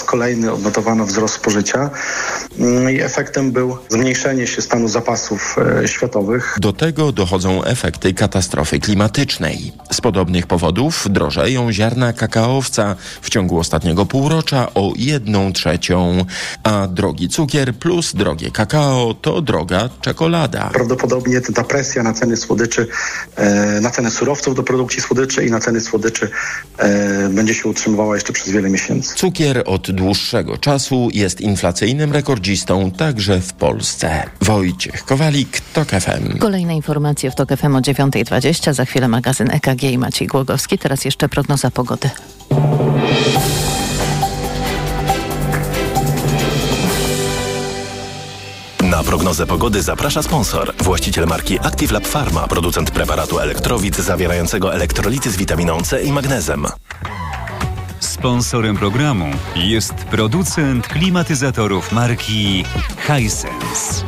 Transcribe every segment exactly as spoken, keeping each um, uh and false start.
kolejny odnotowano wzrost spożycia i efektem był zmniejszenie się stanu zapasów e, światowych. Do tego dochodzą efekty katastrofy klimatycznej. Z podobnych powodów drożeją ziarna kakaowca w ciągu ostatniego półrocza o jedną trzecią, a drogi cukier plus drogie kakao to droga czekolada. Prawdopodobnie ta presja na ceny słodyczy, e, na cenę surowców do produkcji słodyczy i na ceny słodyczy e, będzie się utrzymywała jeszcze przez wiele miesięcy. Cukier od dłuższego czasu jest inflacyjnym rekordzistą także w Polsce. Wojciech Kowalik, TOK F M. Kolejne informacje w TOK F M o dziewiąta dwadzieścia. Za chwilę magazyn E K G i Maciej Głogowski. Teraz jeszcze prognoza pogody. Na prognozę pogody zaprasza sponsor. Właściciel marki Active Lab Pharma, producent preparatu Elektrowid zawierającego elektrolity z witaminą C i magnezem. Sponsorem programu jest producent klimatyzatorów marki Hisense.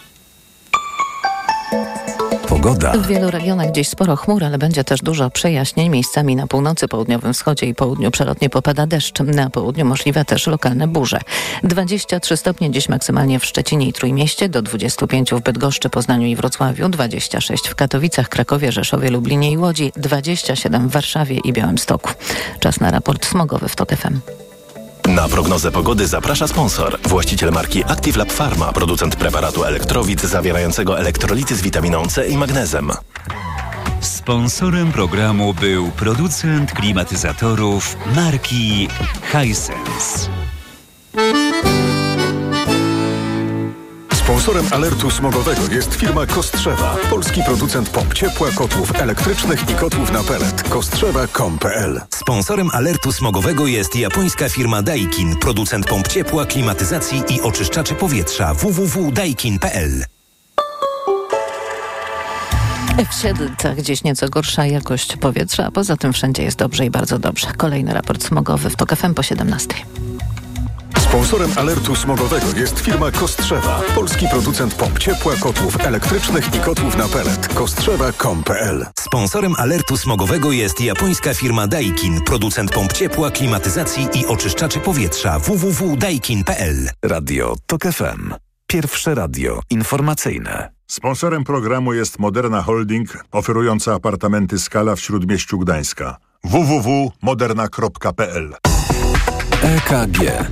Pogoda. W wielu regionach gdzieś sporo chmur, ale będzie też dużo przejaśnień. Miejscami na północy, południowym wschodzie i południu przelotnie popada deszcz. Na południu możliwe też lokalne burze. dwadzieścia trzy stopnie dziś maksymalnie w Szczecinie i Trójmieście, do dwudziestu pięciu w Bydgoszczy, Poznaniu i Wrocławiu, dwadzieścia sześć w Katowicach, Krakowie, Rzeszowie, Lublinie i Łodzi, dwadzieścia siedem w Warszawie i Białymstoku. Czas na raport smogowy w TOK F M. Na prognozę pogody zaprasza sponsor. Właściciel marki Active Lab Pharma, producent preparatu Elektrowid zawierającego elektrolity z witaminą C i magnezem. Sponsorem programu był producent klimatyzatorów marki Hisense. Sponsorem alertu smogowego jest firma Kostrzewa, polski producent pomp ciepła, kotłów elektrycznych i kotłów na pelet. kostrzewa kropka com kropka p l. Sponsorem alertu smogowego jest japońska firma Daikin, producent pomp ciepła, klimatyzacji i oczyszczaczy powietrza. w w w kropka daikin kropka p l. W Siedlcach gdzieś nieco gorsza jakość powietrza, a poza tym wszędzie jest dobrze i bardzo dobrze. Kolejny raport smogowy w TOK F M po siedemnastej. Sponsorem alertu smogowego jest firma Kostrzewa, polski producent pomp ciepła, kotłów elektrycznych i kotłów na pelet. kostrzewa kropka com kropka p l. Sponsorem alertu smogowego jest japońska firma Daikin, producent pomp ciepła, klimatyzacji i oczyszczaczy powietrza. w w w kropka daikin kropka p l. Radio TOK F M. Pierwsze radio informacyjne. Sponsorem programu jest Moderna Holding, oferująca apartamenty Skala w Śródmieściu Gdańska. w w w kropka moderna kropka p l. E K G.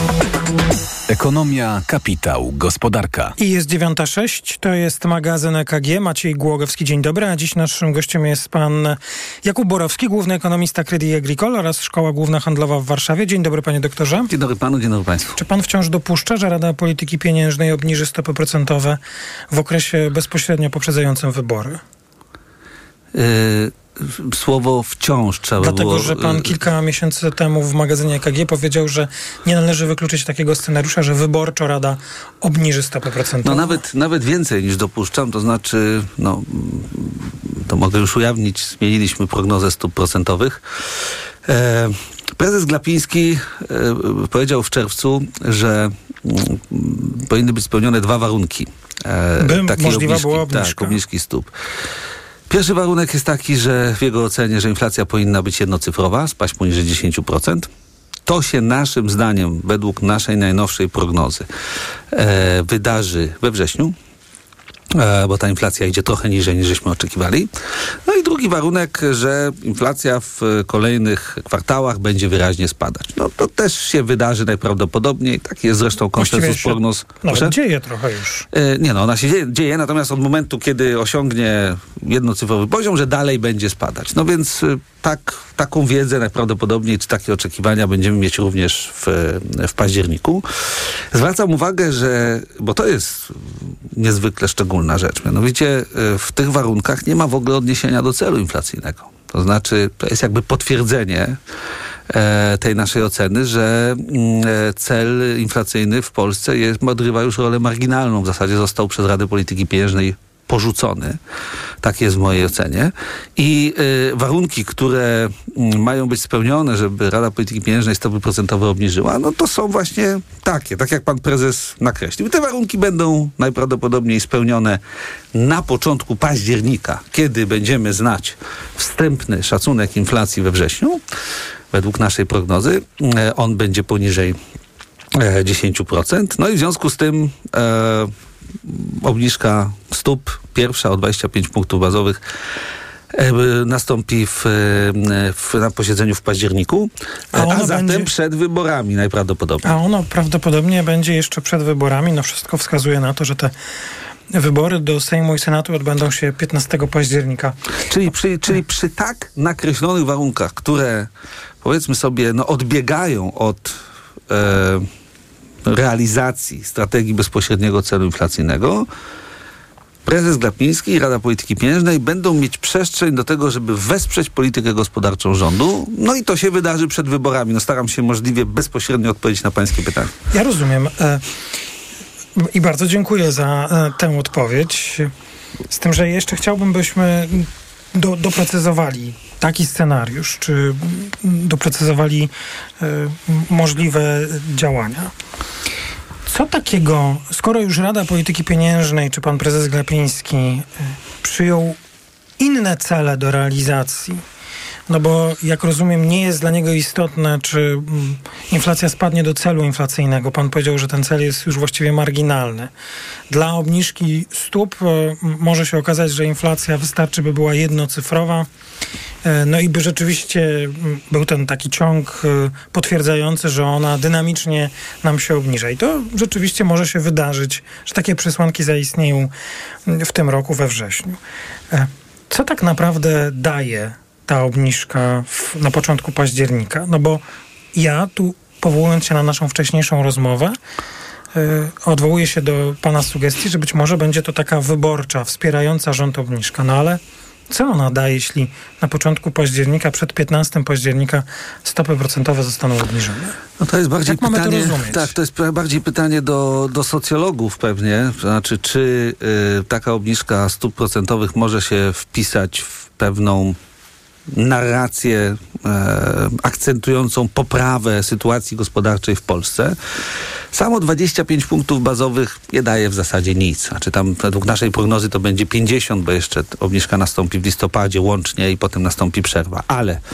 Ekonomia, kapitał, gospodarka. I jest dziewiąta sześć, to jest magazyn E K G. Maciej Głogowski, dzień dobry. A dziś naszym gościem jest pan Jakub Borowski, główny ekonomista Crédit Agricole oraz Szkoła Główna Handlowa w Warszawie. Dzień dobry, panie doktorze. Dzień dobry panu, dzień dobry państwu. Czy pan wciąż dopuszcza, że Rada Polityki Pieniężnej obniży stopy procentowe w okresie bezpośrednio poprzedzającym wybory? Yy... Słowo wciąż trzeba Dlatego, było... że pan kilka miesięcy temu w magazynie E K G powiedział, że nie należy wykluczyć takiego scenariusza, że wyborczo Rada obniży stopę procentową. No nawet, nawet więcej niż dopuszczam, to znaczy, no to mogę już ujawnić, zmieniliśmy prognozę stóp procentowych. E, prezes Glapiński e, powiedział w czerwcu, że m, powinny być spełnione dwa warunki. E, By takiej możliwa obniżki, była obniżka. Tak, obniżki stóp. Pierwszy warunek jest taki, że w jego ocenie, że inflacja powinna być jednocyfrowa, spaść poniżej dziesięć procent. To się naszym zdaniem, według naszej najnowszej prognozy, e, wydarzy we wrześniu, e, bo ta inflacja idzie trochę niżej niż żeśmy oczekiwali. No i drugi warunek, że inflacja w kolejnych kwartałach będzie wyraźnie spadać. No to też się wydarzy najprawdopodobniej. Taki jest zresztą konsensus prognoz. Nawet dzieje trochę już. E, nie no, ona się dzieje, dzieje, natomiast od momentu, kiedy osiągnie jednocyfrowy poziom, że dalej będzie spadać. No więc tak, taką wiedzę najprawdopodobniej, czy takie oczekiwania będziemy mieć również w, w październiku. Zwracam uwagę, że, bo to jest niezwykle szczególna rzecz, mianowicie w tych warunkach nie ma w ogóle odniesienia do celu inflacyjnego. To znaczy, to jest jakby potwierdzenie e, tej naszej oceny, że e, cel inflacyjny w Polsce jest, odgrywa już rolę marginalną. W zasadzie został przez Radę Polityki Pieniężnej porzucony. Tak jest w mojej ocenie. I y, warunki, które y, mają być spełnione, żeby Rada Polityki Pieniężnej stopy procentowe obniżyła, no to są właśnie takie, tak jak pan prezes nakreślił. I te warunki będą najprawdopodobniej spełnione na początku października, kiedy będziemy znać wstępny szacunek inflacji we wrześniu. Według naszej prognozy y, on będzie poniżej dziesięć procent. No i w związku z tym e, obniżka stóp pierwsza o dwadzieścia pięć punktów bazowych e, nastąpi w, w, na posiedzeniu w październiku, a, a zatem będzie... przed wyborami najprawdopodobniej. A ono prawdopodobnie będzie jeszcze przed wyborami. No wszystko wskazuje na to, że te wybory do Sejmu i Senatu odbędą się piętnastego października. Czyli przy, czyli przy tak nakreślonych warunkach, które powiedzmy sobie, no odbiegają od e, realizacji strategii bezpośredniego celu inflacyjnego, prezes Glapiński i Rada Polityki Pieniężnej będą mieć przestrzeń do tego, żeby wesprzeć politykę gospodarczą rządu. No i to się wydarzy przed wyborami. No staram się możliwie bezpośrednio odpowiedzieć na pańskie pytanie. Ja rozumiem. E, I bardzo dziękuję za e, tę odpowiedź. Z tym, że jeszcze chciałbym, byśmy do, doprecyzowali taki scenariusz, czy doprecyzowali e, możliwe działania. Co takiego, skoro już Rada Polityki Pieniężnej, czy pan prezes Glapiński e, przyjął inne cele do realizacji, no bo jak rozumiem, nie jest dla niego istotne, czy mm, inflacja spadnie do celu inflacyjnego. Pan powiedział, że ten cel jest już właściwie marginalny. Dla obniżki stóp y, może się okazać, że inflacja wystarczy, by była jednocyfrowa. Y, no i by rzeczywiście y, był ten taki ciąg y, potwierdzający, że ona dynamicznie nam się obniża. I to rzeczywiście może się wydarzyć, że takie przesłanki zaistnieją w tym roku we wrześniu. Y, co tak naprawdę daje ta obniżka w, na początku października? No bo ja tu, powołując się na naszą wcześniejszą rozmowę, yy, odwołuję się do pana sugestii, że być może będzie to taka wyborcza, wspierająca rząd obniżka. No ale co ona da, jeśli na początku października, przed piętnastego października stopy procentowe zostaną obniżone? No to jest bardziej Jak pytanie, mamy to rozumieć? Tak, to jest bardziej pytanie do, do socjologów pewnie. Znaczy, czy y, taka obniżka stóp procentowych może się wpisać w pewną narrację e, akcentującą poprawę sytuacji gospodarczej w Polsce. Samo dwadzieścia pięć punktów bazowych nie daje w zasadzie nic. Znaczy tam według naszej prognozy to będzie pięćdziesiąt, bo jeszcze obniżka nastąpi w listopadzie łącznie i potem nastąpi przerwa. Ale e,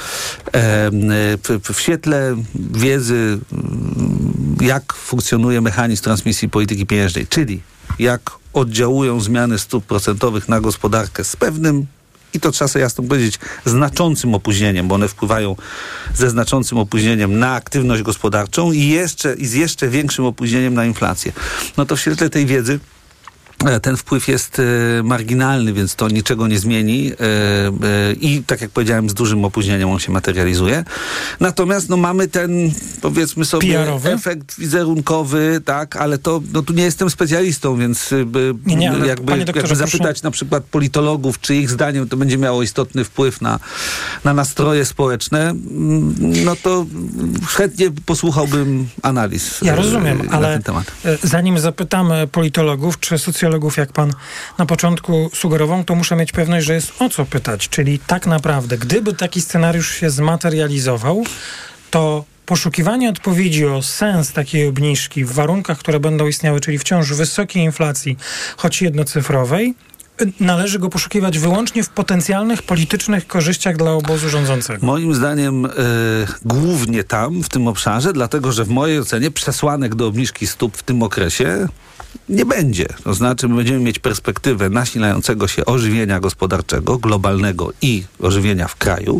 w, w świetle wiedzy, jak funkcjonuje mechanizm transmisji polityki pieniężnej, czyli jak oddziałują zmiany stóp procentowych na gospodarkę z pewnym, i to trzeba sobie jasno powiedzieć, znaczącym opóźnieniem, bo one wpływają ze znaczącym opóźnieniem na aktywność gospodarczą i jeszcze i z jeszcze większym opóźnieniem na inflację. No to w świetle tej wiedzy ten wpływ jest e, marginalny, więc to niczego nie zmieni e, e, i tak jak powiedziałem, z dużym opóźnieniem on się materializuje. Natomiast no, mamy ten, powiedzmy sobie, P R-owy? Efekt wizerunkowy, tak, ale to, no tu nie jestem specjalistą, więc by, nie, nie, jakby, doktorze, jakby zapytać proszę... na przykład politologów, czy ich zdaniem to będzie miało istotny wpływ na, na nastroje społeczne, no to chętnie posłuchałbym analiz ja rozumiem, na ale ten temat. Zanim zapytamy politologów, czy socjologów, jak pan na początku sugerował, to muszę mieć pewność, że jest o co pytać. Czyli tak naprawdę, gdyby taki scenariusz się zmaterializował, to poszukiwanie odpowiedzi o sens takiej obniżki w warunkach, które będą istniały, czyli wciąż wysokiej inflacji, choć jednocyfrowej, należy go poszukiwać wyłącznie w potencjalnych politycznych korzyściach dla obozu rządzącego. Moim zdaniem e, głównie tam, w tym obszarze, dlatego że w mojej ocenie przesłanek do obniżki stóp w tym okresie nie będzie. To znaczy my będziemy mieć perspektywę nasilającego się ożywienia gospodarczego, globalnego i ożywienia w kraju,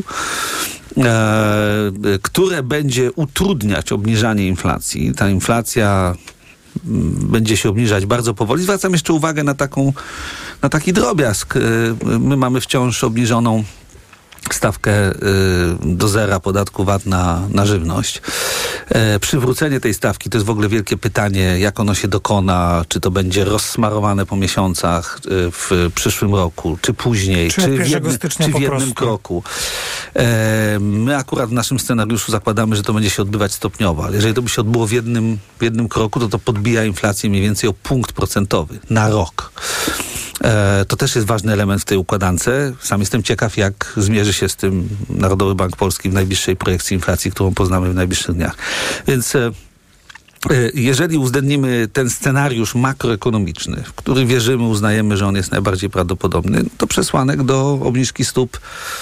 e, które będzie utrudniać obniżanie inflacji. Ta inflacja będzie się obniżać bardzo powoli. Zwracam jeszcze uwagę na taką, na taki drobiazg. My mamy wciąż obniżoną stawkę y, do zera podatku V A T na, na żywność. E, przywrócenie tej stawki to jest w ogóle wielkie pytanie, jak ono się dokona, czy to będzie rozsmarowane po miesiącach y, w przyszłym roku, czy później, czy, czy w, jednym, czy w jednym kroku. E, my akurat w naszym scenariuszu zakładamy, że to będzie się odbywać stopniowo, ale jeżeli to by się odbyło w jednym, w jednym kroku, to to podbija inflację mniej więcej o punkt procentowy na rok. To też jest ważny element w tej układance. Sam jestem ciekaw, jak zmierzy się z tym Narodowy Bank Polski w najbliższej projekcji inflacji, którą poznamy w najbliższych dniach. Więc Jeżeli uwzględnimy ten scenariusz makroekonomiczny, w który wierzymy, uznajemy, że on jest najbardziej prawdopodobny, to przesłanek do obniżki stóp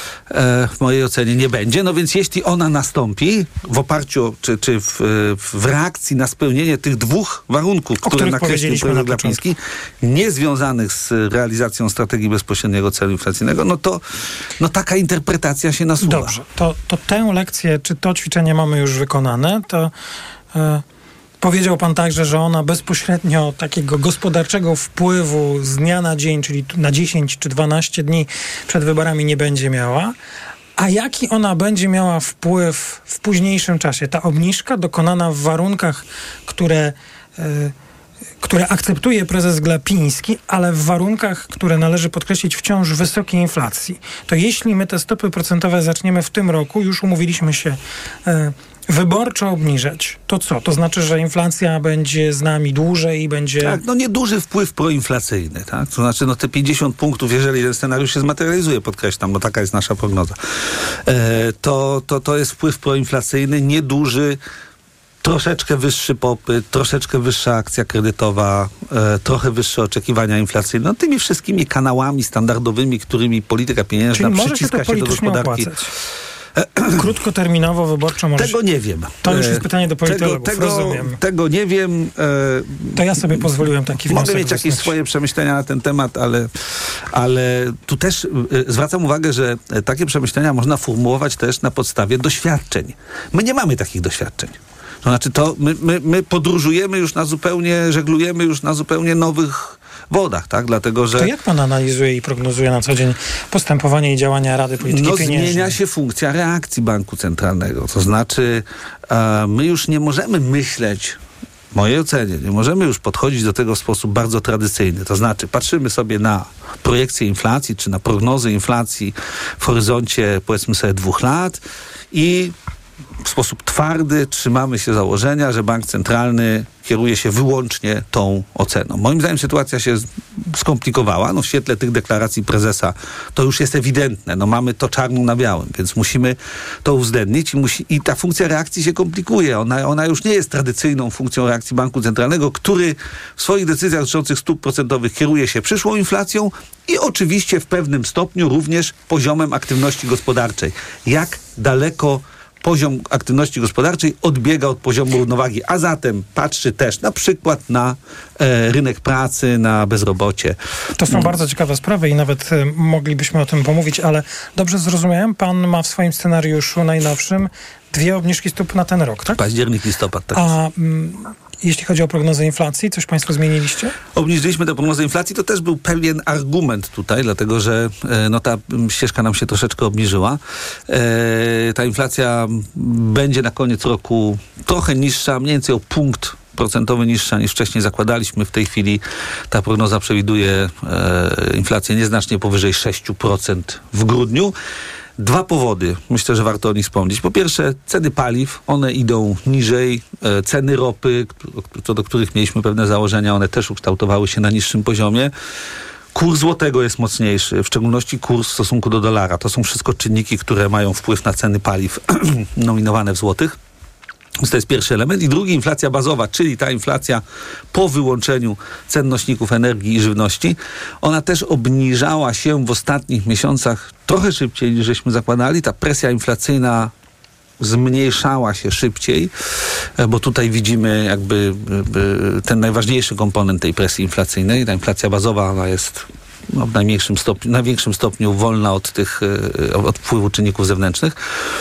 w mojej ocenie nie będzie. No więc jeśli ona nastąpi w oparciu, czy, czy w, w reakcji na spełnienie tych dwóch warunków, o które nakreślił prezes Glapiński, niezwiązanych z realizacją strategii bezpośredniego celu inflacyjnego, no to no taka interpretacja się nasuwa. Dobrze, to, to tę lekcję, czy to ćwiczenie mamy już wykonane, to e, powiedział pan także, że ona bezpośrednio takiego gospodarczego wpływu z dnia na dzień, czyli na dziesięć czy dwanaście dni przed wyborami nie będzie miała. A jaki ona będzie miała wpływ w późniejszym czasie? Ta obniżka dokonana w warunkach, które... E, które akceptuje prezes Glapiński, ale w warunkach, które należy podkreślić, wciąż wysokiej inflacji. To jeśli my te stopy procentowe zaczniemy w tym roku, już umówiliśmy się e, wyborczo obniżać, to co? To znaczy, że inflacja będzie z nami dłużej i będzie... Tak, no nieduży wpływ proinflacyjny, tak? To znaczy, no te pięćdziesiąt punktów, jeżeli ten scenariusz się zmaterializuje, podkreślam, bo taka jest nasza prognoza, e, to, to, to jest wpływ proinflacyjny, nieduży, troszeczkę wyższy popyt, troszeczkę wyższa akcja kredytowa, e, trochę wyższe oczekiwania inflacyjne. No, tymi wszystkimi kanałami standardowymi, którymi polityka pieniężna Czyli przyciska może się, się do gospodarki. Opłacać. Krótkoterminowo, wyborczo może... Tego nie wiem. To już jest pytanie do politologów, tego, rozumiem. Tego nie wiem. To ja sobie pozwoliłem taki wniosek Mogę mieć jakieś wysnuć. swoje przemyślenia na ten temat, ale, ale tu też zwracam uwagę, że takie przemyślenia można formułować też na podstawie doświadczeń. My nie mamy takich doświadczeń. To znaczy, to my, my, my podróżujemy już na zupełnie, żeglujemy już na zupełnie nowych wodach, tak? Dlatego, że... To jak pan analizuje i prognozuje na co dzień postępowanie i działania Rady Polityki no, Pieniężnej? Zmienia się funkcja reakcji Banku Centralnego. To znaczy, e, my już nie możemy myśleć, w mojej ocenie, nie możemy już podchodzić do tego w sposób bardzo tradycyjny. To znaczy, patrzymy sobie na projekcję inflacji, czy na prognozy inflacji w horyzoncie, powiedzmy sobie, dwóch lat i w sposób twardy trzymamy się założenia, że bank centralny kieruje się wyłącznie tą oceną. Moim zdaniem sytuacja się skomplikowała. No w świetle tych deklaracji prezesa to już jest ewidentne. No mamy to czarno na białym, więc musimy to uwzględnić i, musi, i ta funkcja reakcji się komplikuje. Ona, ona już nie jest tradycyjną funkcją reakcji Banku Centralnego, który w swoich decyzjach dotyczących stóp procentowych kieruje się przyszłą inflacją i oczywiście w pewnym stopniu również poziomem aktywności gospodarczej. Jak daleko poziom aktywności gospodarczej odbiega od poziomu równowagi, a zatem patrzy też na przykład na e, rynek pracy, na bezrobocie. To są no. bardzo ciekawe sprawy i nawet e, moglibyśmy o tym pomówić, ale dobrze zrozumiałem, pan ma w swoim scenariuszu najnowszym dwie obniżki stóp na ten rok, tak? Październik, listopad, tak. A mm, jeśli chodzi o prognozę inflacji, coś państwo zmieniliście? Obniżyliśmy tę prognozę inflacji, to też był pewien argument tutaj, dlatego że e, no, ta ścieżka nam się troszeczkę obniżyła. E, ta inflacja będzie na koniec roku trochę niższa, mniej więcej o punkt procentowy niższa niż wcześniej zakładaliśmy. W tej chwili ta prognoza przewiduje e, inflację nieznacznie powyżej sześć procent w grudniu. Dwa powody, myślę, że warto o nich wspomnieć. Po pierwsze, ceny paliw, one idą niżej, e, ceny ropy, co do których mieliśmy pewne założenia, one też ukształtowały się na niższym poziomie. Kurs złotego jest mocniejszy, w szczególności kurs w stosunku do dolara. To są wszystko czynniki, które mają wpływ na ceny paliw nominowane w złotych. Więc to jest pierwszy element. I drugi, inflacja bazowa, czyli ta inflacja po wyłączeniu cen nośników energii i żywności. Ona też obniżała się w ostatnich miesiącach trochę szybciej niż żeśmy zakładali. Ta presja inflacyjna zmniejszała się szybciej, bo tutaj widzimy jakby ten najważniejszy komponent tej presji inflacyjnej. Ta inflacja bazowa, ona jest no, w najmniejszym stopniu, największym stopniu wolna od tych, od wpływu czynników zewnętrznych.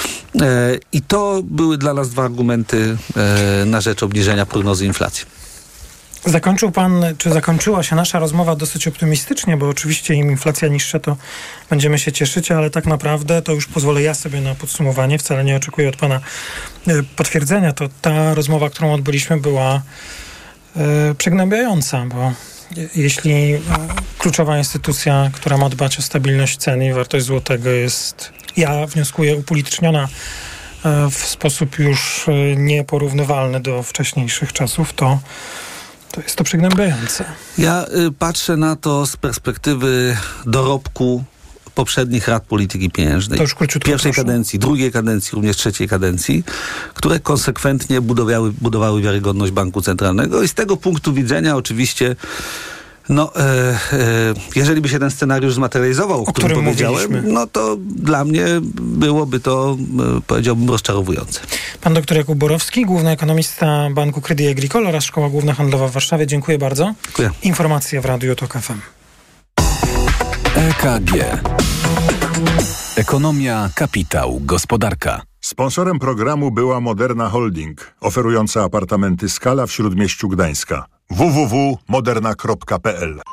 I to były dla nas dwa argumenty na rzecz obniżenia prognozy inflacji. Zakończył pan, czy zakończyła się nasza rozmowa dosyć optymistycznie, bo oczywiście im inflacja niższa, to będziemy się cieszyć, ale tak naprawdę, to już pozwolę ja sobie na podsumowanie, wcale nie oczekuję od pana potwierdzenia, to ta rozmowa, którą odbyliśmy, była e, przygnębiająca, bo jeśli kluczowa instytucja, która ma dbać o stabilność cen i wartość złotego jest, ja wnioskuję, upolityczniona w sposób już nieporównywalny do wcześniejszych czasów, to, to jest to przygnębiające. Ja y, patrzę na to z perspektywy dorobku poprzednich rad polityki pieniężnej. To już króciutko, pierwszej proszę. kadencji, drugiej kadencji, również trzeciej kadencji, które konsekwentnie budowały, budowały wiarygodność banku centralnego i z tego punktu widzenia oczywiście no, e, e, jeżeli by się ten scenariusz zmaterializował, o, o którym powiedziałem, mówiliśmy. No to dla mnie byłoby to, e, powiedziałbym, rozczarowujące. Pan doktor Jakub Borowski, główny ekonomista Banku Crédit Agricole oraz Szkoła Główna Handlowa w Warszawie. Dziękuję bardzo. Dziękuję. Informacje w Radiu Tok F M. E K G. Ekonomia, kapitał, gospodarka. Sponsorem programu była Moderna Holding, oferująca apartamenty Skala w Śródmieściu Gdańska. w w w kropka moderna kropka p l.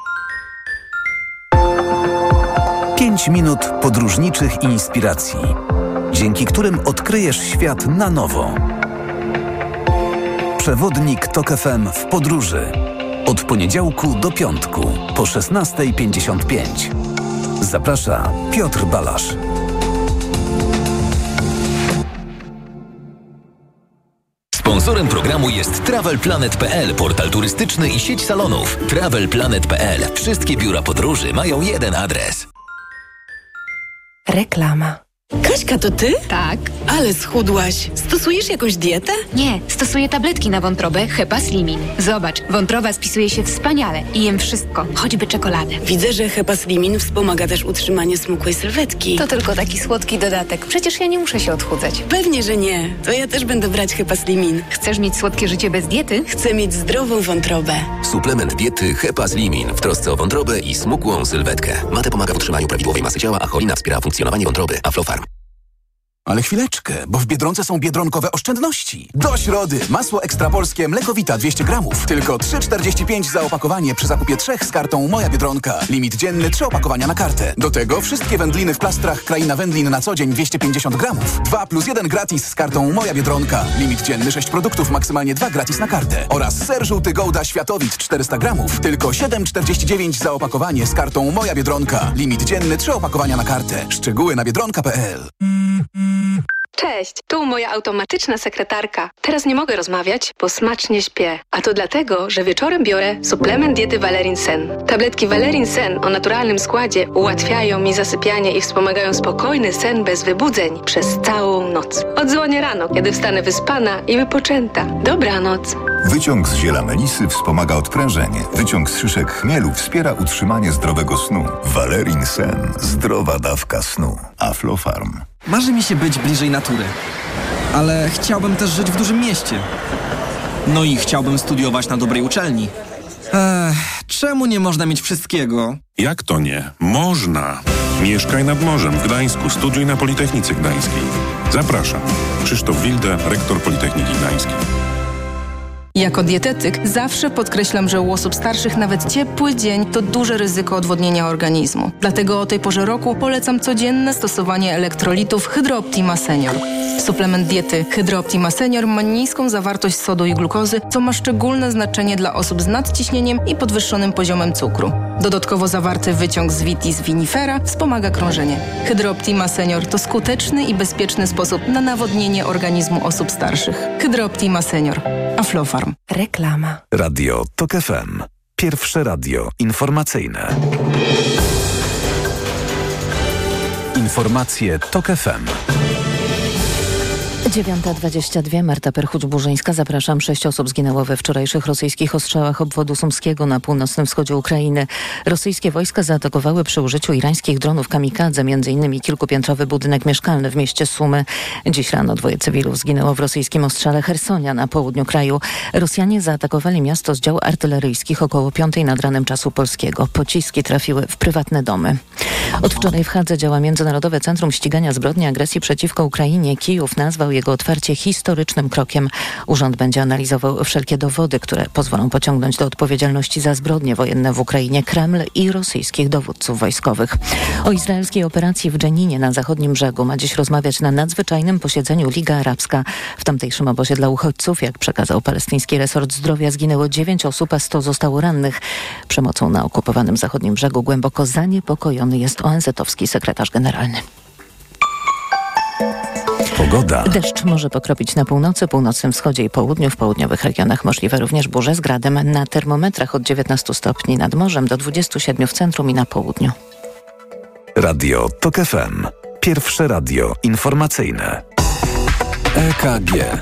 Pięć minut podróżniczych inspiracji, dzięki którym odkryjesz świat na nowo. Przewodnik Tok F M w podróży. Od poniedziałku do piątku po szesnasta pięćdziesiąt pięć. Zaprasza Piotr Balasz. Sponsorem programu jest Travel Planet kropka p l, portal turystyczny i sieć salonów. Travel Planet kropka p l. Wszystkie biura podróży mają jeden adres. Reklama. Kaśka, to ty? Tak. Ale schudłaś. Stosujesz jakąś dietę? Nie, stosuję tabletki na wątrobę Hepaslimin. Zobacz, wątroba spisuje się wspaniale i jem wszystko, choćby czekoladę. Widzę, że Hepaslimin wspomaga też utrzymanie smukłej sylwetki. To tylko taki słodki dodatek. Przecież ja nie muszę się odchudzać. Pewnie, że nie. To ja też będę brać Hepaslimin. Chcesz mieć słodkie życie bez diety? Chcę mieć zdrową wątrobę. Suplement diety Hepaslimin w trosce o wątrobę i smukłą sylwetkę. Mate pomaga w utrzymaniu prawidłowej masy ciała, a cholina wspiera funkcjonowanie wątroby. Aflofarm. Ale chwileczkę, bo w Biedronce są biedronkowe oszczędności. Do środy masło ekstrapolskie Mlekowita dwieście gramów. Tylko trzy czterdzieści pięć za opakowanie przy zakupie trzech z kartą Moja Biedronka. Limit dzienny trzy opakowania na kartę. Do tego wszystkie wędliny w plastrach Kraina Wędlin na co dzień dwieście pięćdziesiąt gramów. dwa plus jeden gratis z kartą Moja Biedronka. Limit dzienny sześć produktów, maksymalnie dwa gratis na kartę. Oraz ser żółty Gouda Światowit czterysta gramów. Tylko siedem czterdzieści dziewięć za opakowanie z kartą Moja Biedronka. Limit dzienny trzy opakowania na kartę. Szczegóły na biedronka kropka p l. Cześć, tu moja automatyczna sekretarka. Teraz nie mogę rozmawiać, bo smacznie śpię. A to dlatego, że wieczorem biorę suplement diety Valerin Sen. Tabletki Valerin Sen o naturalnym składzie ułatwiają mi zasypianie i wspomagają spokojny sen bez wybudzeń przez całą noc. Odzwonię rano, kiedy wstanę wyspana i wypoczęta. Dobranoc. Wyciąg z ziela melisy wspomaga odprężenie. Wyciąg z szyszek chmielu wspiera utrzymanie zdrowego snu. Valerin Sen. Zdrowa dawka snu. Aflofarm. Marzy mi się być bliżej natury, ale chciałbym też żyć w dużym mieście. No i chciałbym studiować na dobrej uczelni. Ech, czemu nie można mieć wszystkiego? Jak to nie? Można! Mieszkaj nad morzem w Gdańsku, studiuj na Politechnice Gdańskiej. Zapraszam. Krzysztof Wilde, rektor Politechniki Gdańskiej. Jako dietetyk zawsze podkreślam, że u osób starszych nawet ciepły dzień to duże ryzyko odwodnienia organizmu. Dlatego o tej porze roku polecam codzienne stosowanie elektrolitów Hydro Optima Senior. Suplement diety Hydro Optima Senior ma niską zawartość sodu i glukozy, co ma szczególne znaczenie dla osób z nadciśnieniem i podwyższonym poziomem cukru. Dodatkowo zawarty wyciąg z Vitis vinifera wspomaga krążenie. Hydro Optima Senior to skuteczny i bezpieczny sposób na nawodnienie organizmu osób starszych. Hydro Optima Senior. Aflofarm. Reklama. Radio Tok F M. Pierwsze radio informacyjne. Informacje Tok F M. dziewiąta dwadzieścia dwa, Marta Perchuć-Burzyńska. Zapraszam. Sześć osób zginęło we wczorajszych rosyjskich ostrzałach obwodu sumskiego na północnym wschodzie Ukrainy. Rosyjskie wojska zaatakowały przy użyciu irańskich dronów kamikadze, między innymi kilkupiętrowy budynek mieszkalny w mieście Sumy. Dziś rano dwoje cywilów zginęło w rosyjskim ostrzale Chersonia na południu kraju. Rosjanie zaatakowali miasto z dział artyleryjskich około piątej nad ranem czasu polskiego. Pociski trafiły w prywatne domy. Od wczoraj w Hadze działa Międzynarodowe Centrum Ścigania Zbrodni Agresji przeciwko Ukrainie. Kijów nazwał jego otwarcie historycznym krokiem. Urząd będzie analizował wszelkie dowody, które pozwolą pociągnąć do odpowiedzialności za zbrodnie wojenne w Ukrainie Kreml i rosyjskich dowódców wojskowych. O izraelskiej operacji w Dżeninie na zachodnim brzegu ma dziś rozmawiać na nadzwyczajnym posiedzeniu Liga Arabska. W tamtejszym obozie dla uchodźców, jak przekazał palestyński resort zdrowia, zginęło dziewięć osób, a sto zostało rannych. Przemocą na okupowanym zachodnim brzegu głęboko zaniepokojony jest O N Z-owski sekretarz generalny. Pogoda. Deszcz może pokropić na północy, północnym wschodzie i południu. W południowych regionach możliwe również burze z gradem. Na termometrach od dziewiętnastu stopni nad morzem do dwudziestu siedmiu w centrum i na południu. Radio TOK F M. Pierwsze radio informacyjne. E K G.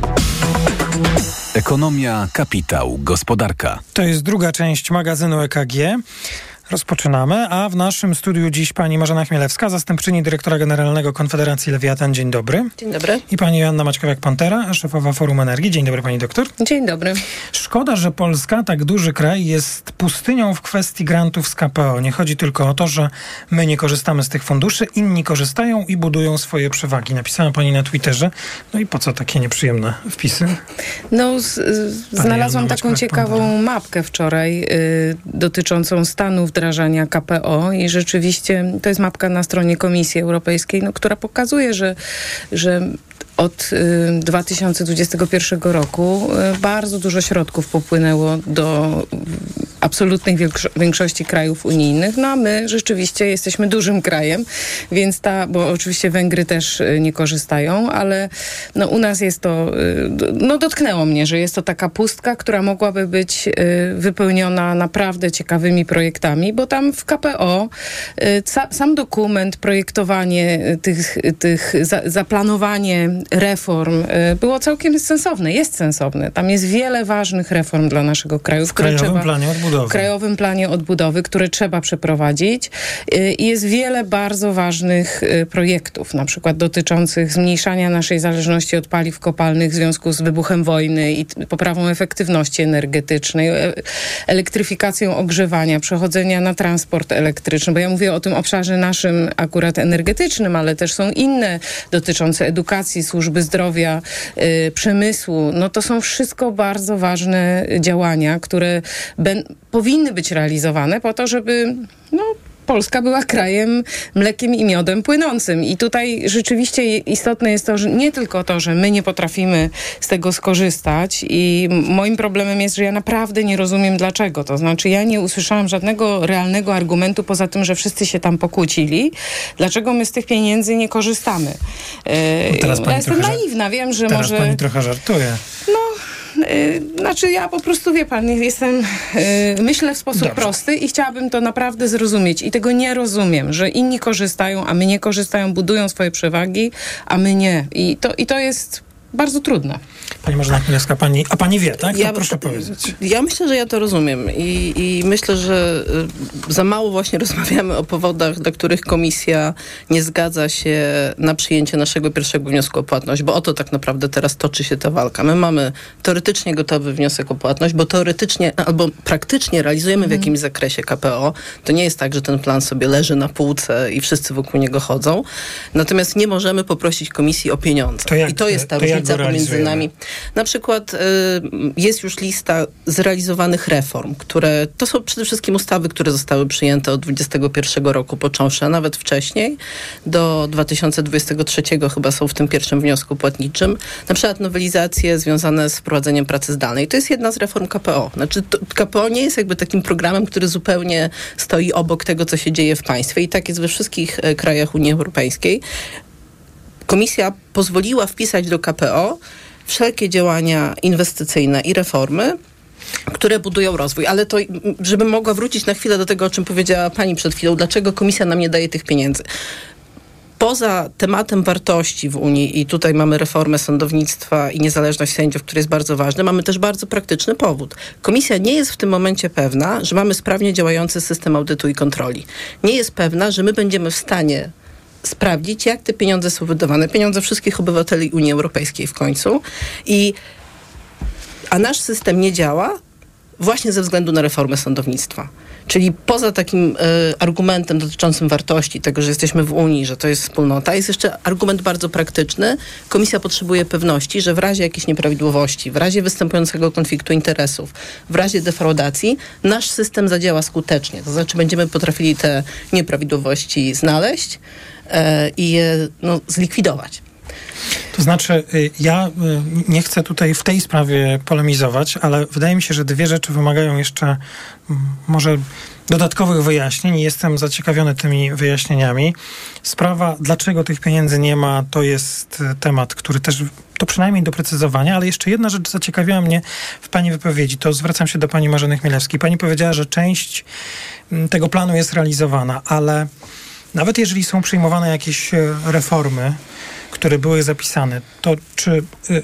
Ekonomia, kapitał, gospodarka. To jest druga część magazynu E K G. Rozpoczynamy, a w naszym studiu dziś pani Marzena Chmielewska, zastępczyni dyrektora generalnego Konfederacji Lewiatan. Dzień dobry. Dzień dobry. I pani Joanna Maćkowiak-Pantera, szefowa Forum Energii. Dzień dobry, pani doktor. Dzień dobry. Szkoda, że Polska, tak duży kraj, jest pustynią w kwestii grantów z K P O. Nie chodzi tylko o to, że my nie korzystamy z tych funduszy, inni korzystają i budują swoje przewagi. Napisała pani na Twitterze. No i po co takie nieprzyjemne wpisy? No, z, z, znalazłam taką ciekawą mapkę wczoraj y, dotyczącą Stanów wdrażania K P O i rzeczywiście to jest mapka na stronie Komisji Europejskiej, no, która pokazuje, że, że od y, dwa tysiące dwudziestego pierwszego roku y, bardzo dużo środków popłynęło do absolutnej większości krajów unijnych, no a my rzeczywiście jesteśmy dużym krajem, więc ta, bo oczywiście Węgry też y, nie korzystają, ale no, u nas jest to, y, no dotknęło mnie, że jest to taka pustka, która mogłaby być y, wypełniona naprawdę ciekawymi projektami, bo tam w K P O y, ca, sam dokument, projektowanie tych, tych za, zaplanowanie reform y, było całkiem sensowne, jest sensowne. Tam jest wiele ważnych reform dla naszego kraju, w Krajowym trzeba, Planie Odbudowy. W Krajowym Planie Odbudowy, które trzeba przeprowadzić. Y, I jest wiele bardzo ważnych y, projektów, na przykład dotyczących zmniejszania naszej zależności od paliw kopalnych w związku z wybuchem wojny i t- poprawą efektywności energetycznej, e- elektryfikacją ogrzewania, przechodzenia na transport elektryczny, bo ja mówię o tym obszarze naszym akurat energetycznym, ale też są inne dotyczące edukacji, służby zdrowia, y, przemysłu. No to są wszystko bardzo ważne działania, które ben- powinny być realizowane po to, żeby no, Polska była krajem mlekiem i miodem płynącym. I tutaj rzeczywiście istotne jest to, że nie tylko to, że my nie potrafimy z tego skorzystać i moim problemem jest, że ja naprawdę nie rozumiem dlaczego. To znaczy ja nie usłyszałam żadnego realnego argumentu poza tym, że wszyscy się tam pokłócili. Dlaczego my z tych pieniędzy nie korzystamy? No teraz pani ja jestem trochę, naiwna, wiem, że teraz może... Teraz pani trochę żartuje. No... Yy, znaczy ja po prostu, wie pan, jestem, yy, myślę w sposób Dobrze. prosty i chciałabym to naprawdę zrozumieć i tego nie rozumiem, że inni korzystają, a my nie korzystają, budują swoje przewagi, a my nie. I to, i to jest bardzo trudne. Pani Marzena Chmielewska, pani, a pani wie, tak? To Ja- proszę powiedzieć. Ja myślę, że ja to rozumiem i, i myślę, że y, za mało właśnie rozmawiamy o powodach, dla których komisja nie zgadza się na przyjęcie naszego pierwszego wniosku o płatność, bo o to tak naprawdę teraz toczy się ta walka. My mamy teoretycznie gotowy wniosek o płatność, bo teoretycznie albo praktycznie realizujemy w jakimś zakresie K P O. To nie jest tak, że ten plan sobie leży na półce i wszyscy wokół niego chodzą. Natomiast nie możemy poprosić komisji o pieniądze. To jak- I to jest ta to jak różnica go pomiędzy realizujemy? nami. Na przykład y, jest już lista zrealizowanych reform, które to są przede wszystkim ustawy, które zostały przyjęte od dwudziestego pierwszego roku począwszy, a nawet wcześniej, do dwa tysiące dwudziestego trzeciego chyba są w tym pierwszym wniosku płatniczym. Na przykład nowelizacje związane z wprowadzeniem pracy zdalnej. To jest jedna z reform K P O. Znaczy to, K P O nie jest jakby takim programem, który zupełnie stoi obok tego, co się dzieje w państwie i tak jest we wszystkich e, krajach Unii Europejskiej. Komisja pozwoliła wpisać do K P O wszelkie działania inwestycyjne i reformy, które budują rozwój. Ale to, żebym mogła wrócić na chwilę do tego, o czym powiedziała pani przed chwilą, dlaczego komisja nam nie daje tych pieniędzy. Poza tematem wartości w Unii i tutaj mamy reformę sądownictwa i niezależność sędziów, który jest bardzo ważny, mamy też bardzo praktyczny powód. Komisja nie jest w tym momencie pewna, że mamy sprawnie działający system audytu i kontroli. Nie jest pewna, że my będziemy w stanie sprawdzić, jak te pieniądze są wydawane. Pieniądze wszystkich obywateli Unii Europejskiej w końcu. I, a nasz system nie działa właśnie ze względu na reformę sądownictwa. Czyli poza takim y, argumentem dotyczącym wartości, tego, że jesteśmy w Unii, że to jest wspólnota, jest jeszcze argument bardzo praktyczny. Komisja potrzebuje pewności, że w razie jakichś nieprawidłowości, w razie występującego konfliktu interesów, w razie defraudacji, nasz system zadziała skutecznie. To znaczy będziemy potrafili te nieprawidłowości znaleźć y, i je no, zlikwidować. To znaczy, ja nie chcę tutaj w tej sprawie polemizować, ale wydaje mi się, że dwie rzeczy wymagają jeszcze może dodatkowych wyjaśnień i jestem zaciekawiony tymi wyjaśnieniami. Sprawa, dlaczego tych pieniędzy nie ma, to jest temat, który też, to przynajmniej doprecyzowania, ale jeszcze jedna rzecz zaciekawiła mnie w pani wypowiedzi, to zwracam się do pani Marzeny Chmielewskiej. Pani powiedziała, że część tego planu jest realizowana, ale nawet jeżeli są przyjmowane jakieś reformy, które były zapisane, to czy...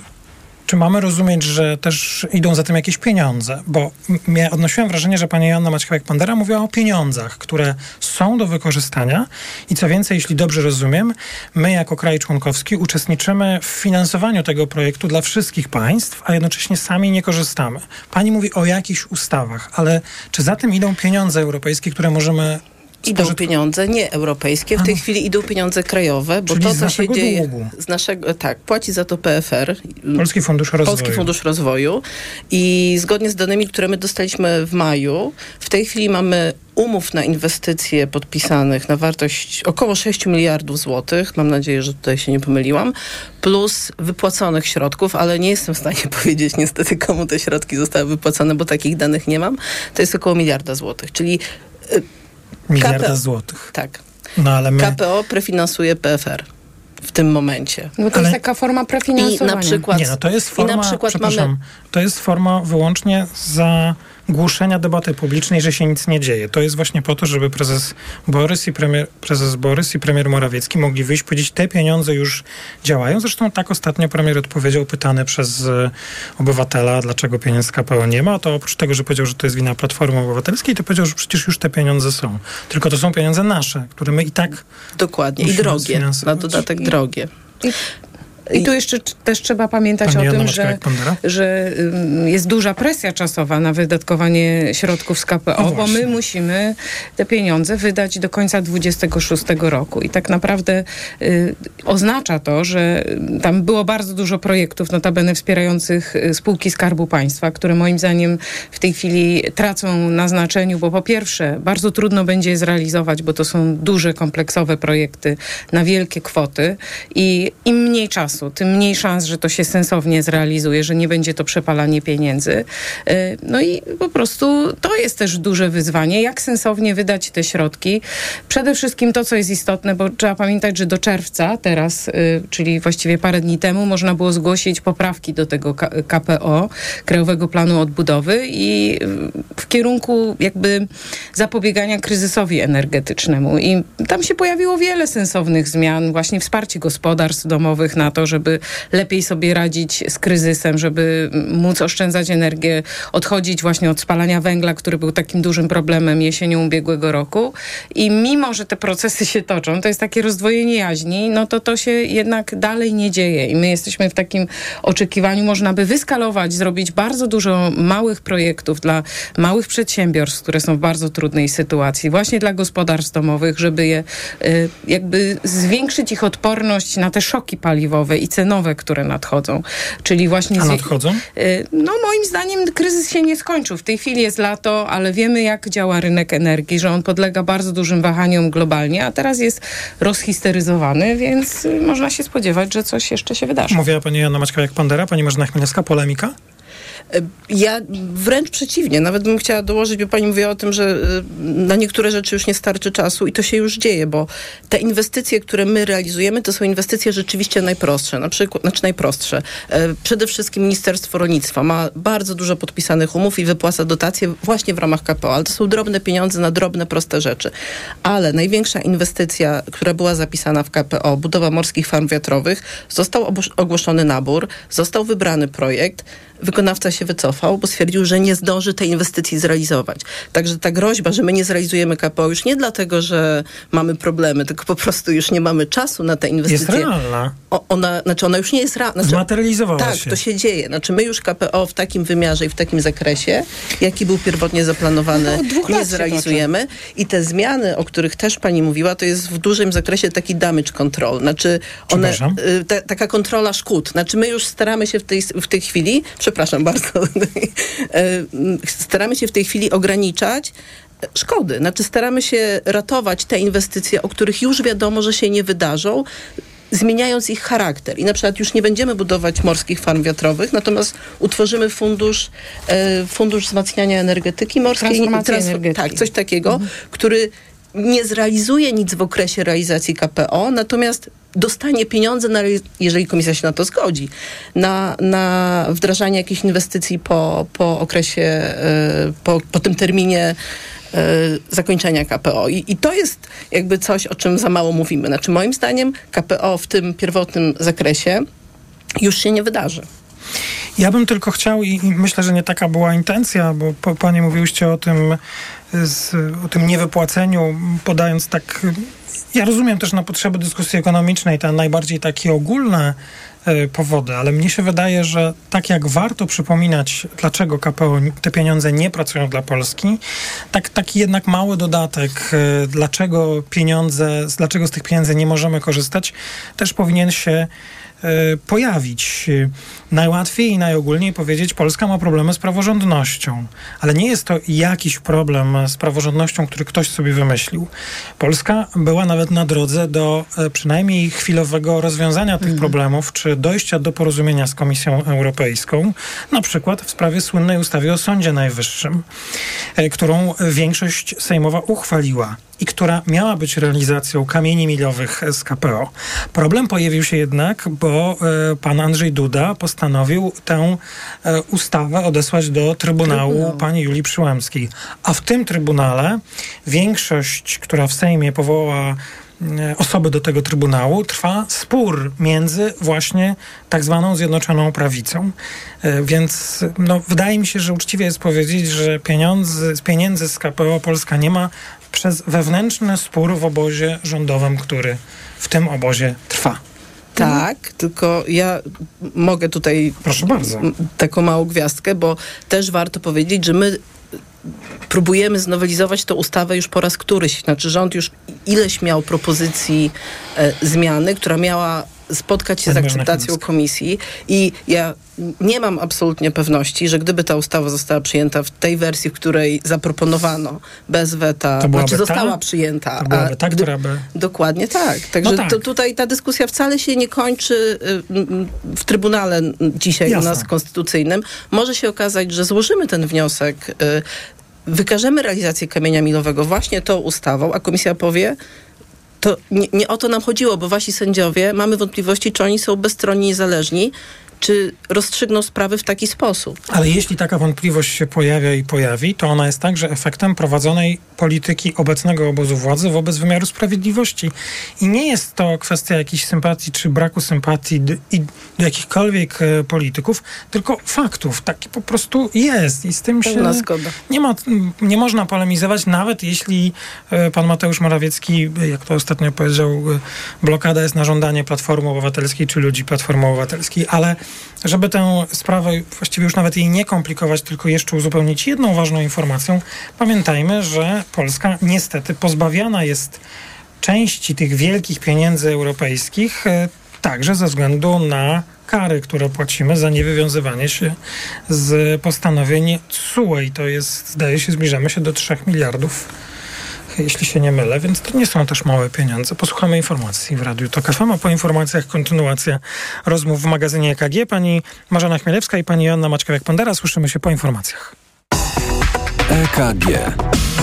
Czy mamy rozumieć, że też idą za tym jakieś pieniądze? Bo ja odnosiłem wrażenie, że pani Joanna Maćkowiak-Pandera mówiła o pieniądzach, które są do wykorzystania i co więcej, jeśli dobrze rozumiem, my jako kraj członkowski uczestniczymy w finansowaniu tego projektu dla wszystkich państw, a jednocześnie sami nie korzystamy. Pani mówi o jakichś ustawach, ale czy za tym idą pieniądze europejskie, które możemy... Idą Spożytku. pieniądze nie europejskie, w tej chwili idą pieniądze krajowe, bo Czyli to, z co się dzieje długu. z naszego, tak, płaci za to P F R, Polski Fundusz Rozwoju. Polski Fundusz Rozwoju i zgodnie z danymi, które my dostaliśmy w maju, w tej chwili mamy umów na inwestycje podpisanych na wartość około sześć miliardów złotych, mam nadzieję, że tutaj się nie pomyliłam, plus wypłaconych środków, ale nie jestem w stanie powiedzieć niestety, komu te środki zostały wypłacone, bo takich danych nie mam. To jest około miliarda złotych, czyli Miliarda K P O, złotych. Tak. No, ale my... K P O prefinansuje P F R w tym momencie. No to ale... jest taka forma prefinansowania. I na przykład, Nie, no to jest forma, i na przykład przepraszam, mamy... to jest forma wyłącznie za głuszenia debaty publicznej, że się nic nie dzieje. To jest właśnie po to, żeby prezes Borys i premier, prezes Borys i premier Morawiecki mogli wyjść, powiedzieć, te pieniądze już działają. Zresztą tak ostatnio premier odpowiedział, pytany przez y, obywatela, dlaczego pieniędzy z K P O nie ma, to oprócz tego, że powiedział, że to jest wina Platformy Obywatelskiej, to powiedział, że przecież już te pieniądze są. Tylko to są pieniądze nasze, które my i tak Dokładnie. I drogie. Na dodatek I... drogie. I... I tu jeszcze też trzeba pamiętać Pani o Joanna tym, że, że jest duża presja czasowa na wydatkowanie środków z K P O, no bo my musimy te pieniądze wydać do końca dwudziestego szóstego roku. I tak naprawdę y, oznacza to, że tam było bardzo dużo projektów, notabene wspierających spółki Skarbu Państwa, które moim zdaniem w tej chwili tracą na znaczeniu, bo po pierwsze bardzo trudno będzie je zrealizować, bo to są duże, kompleksowe projekty na wielkie kwoty i im mniej czasu, tym mniej szans, że to się sensownie zrealizuje, że nie będzie to przepalanie pieniędzy. No i po prostu to jest też duże wyzwanie, jak sensownie wydać te środki. Przede wszystkim to, co jest istotne, bo trzeba pamiętać, że do czerwca teraz, czyli właściwie parę dni temu, można było zgłosić poprawki do tego K P O, Krajowego Planu Odbudowy i w kierunku jakby zapobiegania kryzysowi energetycznemu. I tam się pojawiło wiele sensownych zmian, właśnie wsparcie gospodarstw domowych na to, żeby lepiej sobie radzić z kryzysem, żeby móc oszczędzać energię, odchodzić właśnie od spalania węgla, który był takim dużym problemem jesienią ubiegłego roku. I mimo, że te procesy się toczą, to jest takie rozdwojenie jaźni, no to to się jednak dalej nie dzieje. I my jesteśmy w takim oczekiwaniu, można by wyskalować, zrobić bardzo dużo małych projektów dla małych przedsiębiorstw, które są w bardzo trudnej sytuacji, właśnie dla gospodarstw domowych, żeby je y, jakby zwiększyć ich odporność na te szoki paliwowe i cenowe, które nadchodzą. Czyli właśnie... A nadchodzą? Y, no moim zdaniem kryzys się nie skończył. W tej chwili jest lato, ale wiemy, jak działa rynek energii, że on podlega bardzo dużym wahaniom globalnie, a teraz jest rozhisteryzowany, więc y, można się spodziewać, że coś jeszcze się wydarzy. Mówiła pani Joanna Maćkowiak-Pandera, pani Marzena Chmielewska, polemika? Ja wręcz przeciwnie, nawet bym chciała dołożyć, bo pani mówiła o tym, że na niektóre rzeczy już nie starczy czasu i to się już dzieje, bo te inwestycje, które my realizujemy, to są inwestycje rzeczywiście najprostsze, na przykład, znaczy najprostsze. Przede wszystkim Ministerstwo Rolnictwa ma bardzo dużo podpisanych umów i wypłaca dotacje właśnie w ramach K P O, ale to są drobne pieniądze na drobne, proste rzeczy. Ale największa inwestycja, która była zapisana w K P O, budowa morskich farm wiatrowych, został ogłoszony nabór, został wybrany projekt, wykonawca się wycofał, bo stwierdził, że nie zdąży tej inwestycji zrealizować. Także ta groźba, że my nie zrealizujemy K P O już nie dlatego, że mamy problemy, tylko po prostu już nie mamy czasu na te inwestycje. Jest realna. O, ona, znaczy ona już nie jest realna. Znaczy, Zmaterializowała tak, się. to się dzieje. Znaczy my już K P O w takim wymiarze i w takim zakresie, jaki był pierwotnie zaplanowany, no, nie zrealizujemy. I te zmiany, o których też pani mówiła, to jest w dużym zakresie taki damage control. Znaczy one, y, ta, taka kontrola szkód. Znaczy my już staramy się w tej, w tej chwili, przepraszam bardzo, staramy się w tej chwili ograniczać szkody. Znaczy staramy się ratować te inwestycje, o których już wiadomo, że się nie wydarzą, zmieniając ich charakter. I na przykład już nie będziemy budować morskich farm wiatrowych, natomiast utworzymy fundusz, e, fundusz wzmacniania energetyki morskiej. Transformacji transfer- energetyki. Tak, coś takiego, mhm. który nie zrealizuje nic w okresie realizacji K P O, natomiast dostanie pieniądze, na, jeżeli komisja się na to zgodzi, na, na wdrażanie jakichś inwestycji po, po okresie, po, po tym terminie zakończenia K P O. I, I to jest jakby coś, o czym za mało mówimy. Znaczy moim zdaniem K P O w tym pierwotnym zakresie już się nie wydarzy. Ja bym tylko chciał, i, i myślę, że nie taka była intencja, bo po, panie mówiłyście o tym, z, o tym niewypłaceniu, podając tak... Ja rozumiem też na potrzeby dyskusji ekonomicznej te najbardziej takie ogólne y, powody, ale mnie się wydaje, że tak jak warto przypominać, dlaczego K P O te pieniądze nie pracują dla Polski, tak taki jednak mały dodatek, y, dlaczego pieniądze, dlaczego z tych pieniędzy nie możemy korzystać, też powinien się pojawić. Najłatwiej i najogólniej powiedzieć, Polska ma problemy z praworządnością. Ale nie jest to jakiś problem z praworządnością, który ktoś sobie wymyślił. Polska była nawet na drodze do przynajmniej chwilowego rozwiązania tych mm. problemów, czy dojścia do porozumienia z Komisją Europejską, na przykład w sprawie słynnej ustawy o Sądzie Najwyższym, którą większość sejmowa uchwaliła i która miała być realizacją kamieni milowych z K P O. Problem pojawił się jednak, bo e, pan Andrzej Duda postanowił tę e, ustawę odesłać do Trybunału Trybunał. pani Julii Przyłębskiej. A w tym Trybunale większość, która w Sejmie powołała e, osoby do tego Trybunału, trwa spór między właśnie tak zwaną Zjednoczoną Prawicą. E, więc no, wydaje mi się, że uczciwie jest powiedzieć, że pieniądze, pieniędzy z K P O Polska nie ma przez wewnętrzny spór w obozie rządowym, który w tym obozie trwa. Tak, hmm. tylko ja mogę tutaj Proszę bardzo. taką małą gwiazdkę, bo też warto powiedzieć, że my próbujemy znowelizować tę ustawę już po raz któryś. Znaczy rząd już ileś miał propozycji e, zmiany, która miała spotkać się z akceptacją komisji i ja nie mam absolutnie pewności, że gdyby ta ustawa została przyjęta w tej wersji, w której zaproponowano bez weta, znaczy została ta? przyjęta. To byłaby ta, która by... Dokładnie tak. Także no tak. To tutaj ta dyskusja wcale się nie kończy w Trybunale dzisiaj Jasne. u nas konstytucyjnym. Może się okazać, że złożymy ten wniosek, wykażemy realizację kamienia milowego właśnie tą ustawą, a komisja powie, to nie, nie o to nam chodziło, bo wasi sędziowie, mamy wątpliwości, czy oni są bezstronni, niezależni, czy rozstrzygną sprawy w taki sposób. Ale jeśli taka wątpliwość się pojawia i pojawi, to ona jest także efektem prowadzonej polityki obecnego obozu władzy wobec wymiaru sprawiedliwości. I nie jest to kwestia jakiejś sympatii czy braku sympatii do, i do jakichkolwiek e, polityków, tylko faktów. Taki po prostu jest. I z tym się nie, ma, nie można polemizować, nawet jeśli e, pan Mateusz Morawiecki, jak to ostatnio powiedział, e, blokada jest na żądanie Platformy Obywatelskiej czy ludzi Platformy Obywatelskiej. Ale żeby tę sprawę, właściwie już nawet jej nie komplikować, tylko jeszcze uzupełnić jedną ważną informacją, pamiętajmy, że Polska niestety pozbawiana jest części tych wielkich pieniędzy europejskich, także ze względu na kary, które płacimy za niewywiązywanie się z postanowień T S U E. I to jest, zdaje się, zbliżamy się do trzech miliardów, jeśli się nie mylę, więc to nie są też małe pieniądze. Posłuchamy informacji w Radiu Tok F M, a po informacjach kontynuacja rozmów w magazynie E K G. Pani Marzena Chmielewska i pani Joanna Maćkowiak-Pondera. Słyszymy się po informacjach. E K G.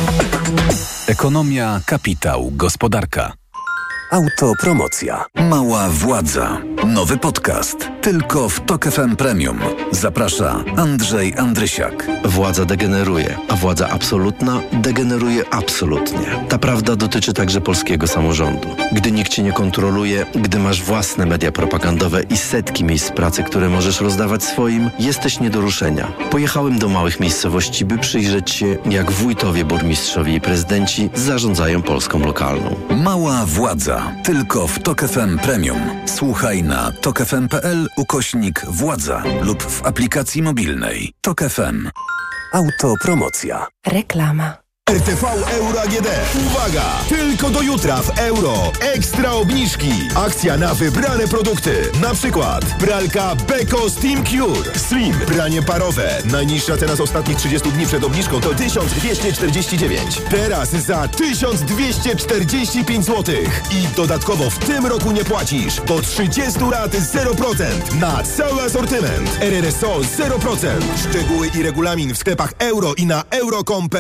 Ekonomia, kapitał, gospodarka. Autopromocja. Mała władza. Nowy podcast. Tylko w Tok F M Premium. Zaprasza Andrzej Andrysiak. Władza degeneruje, a władza absolutna degeneruje absolutnie. Ta prawda dotyczy także polskiego samorządu. Gdy nikt cię nie kontroluje, gdy masz własne media propagandowe i setki miejsc pracy, które możesz rozdawać swoim, jesteś nie do ruszenia. Pojechałem do małych miejscowości, by przyjrzeć się, jak wójtowie, burmistrzowie i prezydenci zarządzają Polską lokalną. Mała władza. Tylko w Tok F M Premium. Słuchaj na tok f m kropka p l ukośnik władza lub w aplikacji mobilnej. Tok F M. Autopromocja. Reklama. R T V Euro A G D. Uwaga! Tylko do jutra w euro. Ekstra obniżki. Akcja na wybrane produkty. Na przykład pralka Beko Steam Cure. Stream. Pranie parowe. Najniższa teraz ostatnich trzydziestu dni przed obniżką to tysiąc dwieście czterdzieści dziewięć. Teraz za tysiąc dwieście czterdzieści pięć złotych. I dodatkowo w tym roku nie płacisz. Do trzydziestu lat zero procent. Na cały asortyment. R R S O zero procent. Szczegóły i regulamin w sklepach euro i na euro kropka com kropka p l.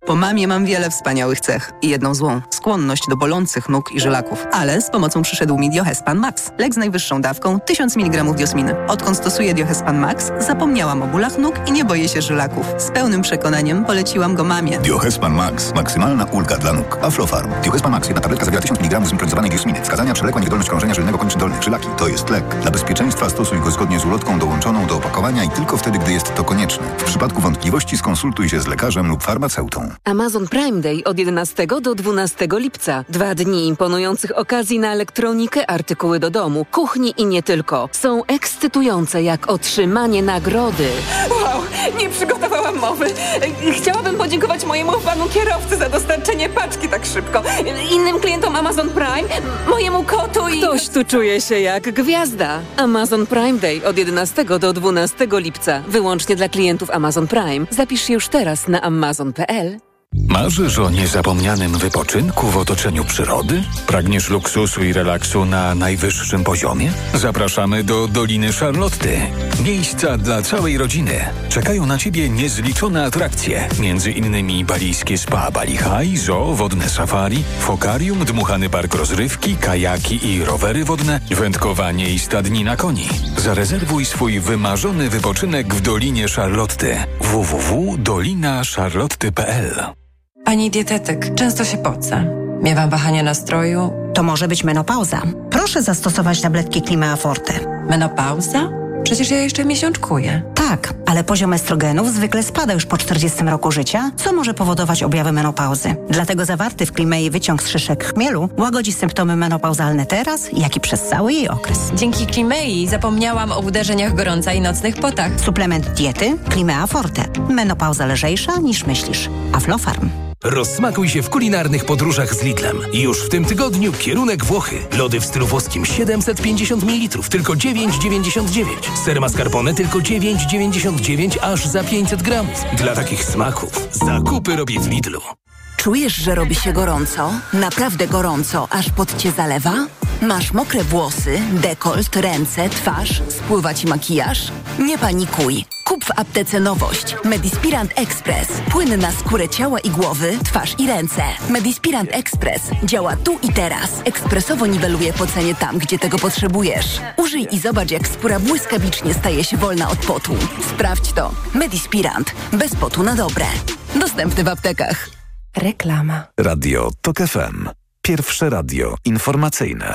Po mamie mam wiele wspaniałych cech i jedną złą – skłonność do bolących nóg i żylaków. Ale z pomocą przyszedł mi Diohespan Max. Lek z najwyższą dawką tysiąc miligramów diosminy. Odkąd stosuję Diohespan Max, zapomniałam o bólach nóg i nie boję się żylaków. Z pełnym przekonaniem poleciłam go mamie. Diohespan Max. Maksymalna ulga dla nóg. Aflofarm. Diohespan Max. Jedna tabletka zawiera tysiąc miligramów zimpronizowanej diosminy. Wskazania: przewlekła niewydolność krążenia żylnego kończyn dolnych. Żylaki. To jest lek. Dla bezpieczeństwa stosuj go zgodnie z ulotką dołączoną do opakowania i tylko wtedy, gdy jest to konieczne. W przypadku wątpliwości skonsultuj się z lekarzem lub farmaceutą. Amazon Prime Day od jedenastego do dwunastego lipca. Dwa dni imponujących okazji na elektronikę, artykuły do domu, kuchni i nie tylko. Są ekscytujące jak otrzymanie nagrody. Wow, nie przygotowałam mowy. Chciałabym podziękować mojemu panu kierowcy za dostarczenie paczki tak szybko. Innym klientom Amazon Prime, mojemu kotu i... Ktoś tu czuje się jak gwiazda. Amazon Prime Day od jedenastego do dwunastego lipca. Wyłącznie dla klientów Amazon Prime. Zapisz się już teraz na amazon kropka p l. Marzysz o niezapomnianym wypoczynku w otoczeniu przyrody? Pragniesz luksusu i relaksu na najwyższym poziomie? Zapraszamy do Doliny Charlotty. Miejsca dla całej rodziny. Czekają na Ciebie niezliczone atrakcje. Między innymi balijskie spa Bali High, zoo, wodne safari, fokarium, dmuchany park rozrywki, kajaki i rowery wodne, wędkowanie i stadni na koni. Zarezerwuj swój wymarzony wypoczynek w Dolinie Charlotty. w w w kropka dolina charlotty kropka p l. Pani dietetyk, często się pocę. Miewam wahania nastroju. To może być menopauza. Proszę zastosować tabletki Climea Forte. Menopauza? Przecież ja jeszcze miesiączkuję. Tak, ale poziom estrogenów zwykle spada już po czterdziestym roku życia, co może powodować objawy menopauzy. Dlatego zawarty w Climei wyciąg z szyszek chmielu łagodzi symptomy menopauzalne teraz, jak i przez cały jej okres. Dzięki Climei zapomniałam o uderzeniach gorąca i nocnych potach. Suplement diety Climea Forte. Menopauza lżejsza niż myślisz. Aflofarm. Rozsmakuj się w kulinarnych podróżach z Lidlem. Już w tym tygodniu kierunek Włochy. Lody w stylu włoskim siedemset pięćdziesiąt mililitrów, tylko dziewięć dziewięćdziesiąt dziewięć. Ser mascarpone tylko dziewięć dziewięćdziesiąt dziewięć, aż za pięćset gramów. Dla takich smaków zakupy robię w Lidlu. Czujesz, że robi się gorąco? Naprawdę gorąco, aż pot cię zalewa? Masz mokre włosy, dekolt, ręce, twarz, spływa ci makijaż? Nie panikuj. Kup w aptece nowość. Medispirant Express. Płyn na skórę ciała i głowy, twarz i ręce. Medispirant Express działa tu i teraz. Ekspresowo niweluje pocenie tam, gdzie tego potrzebujesz. Użyj i zobacz, jak skóra błyskawicznie staje się wolna od potu. Sprawdź to. Medispirant. Bez potu na dobre. Dostępny w aptekach. Reklama. Radio Tok F M. Pierwsze radio informacyjne.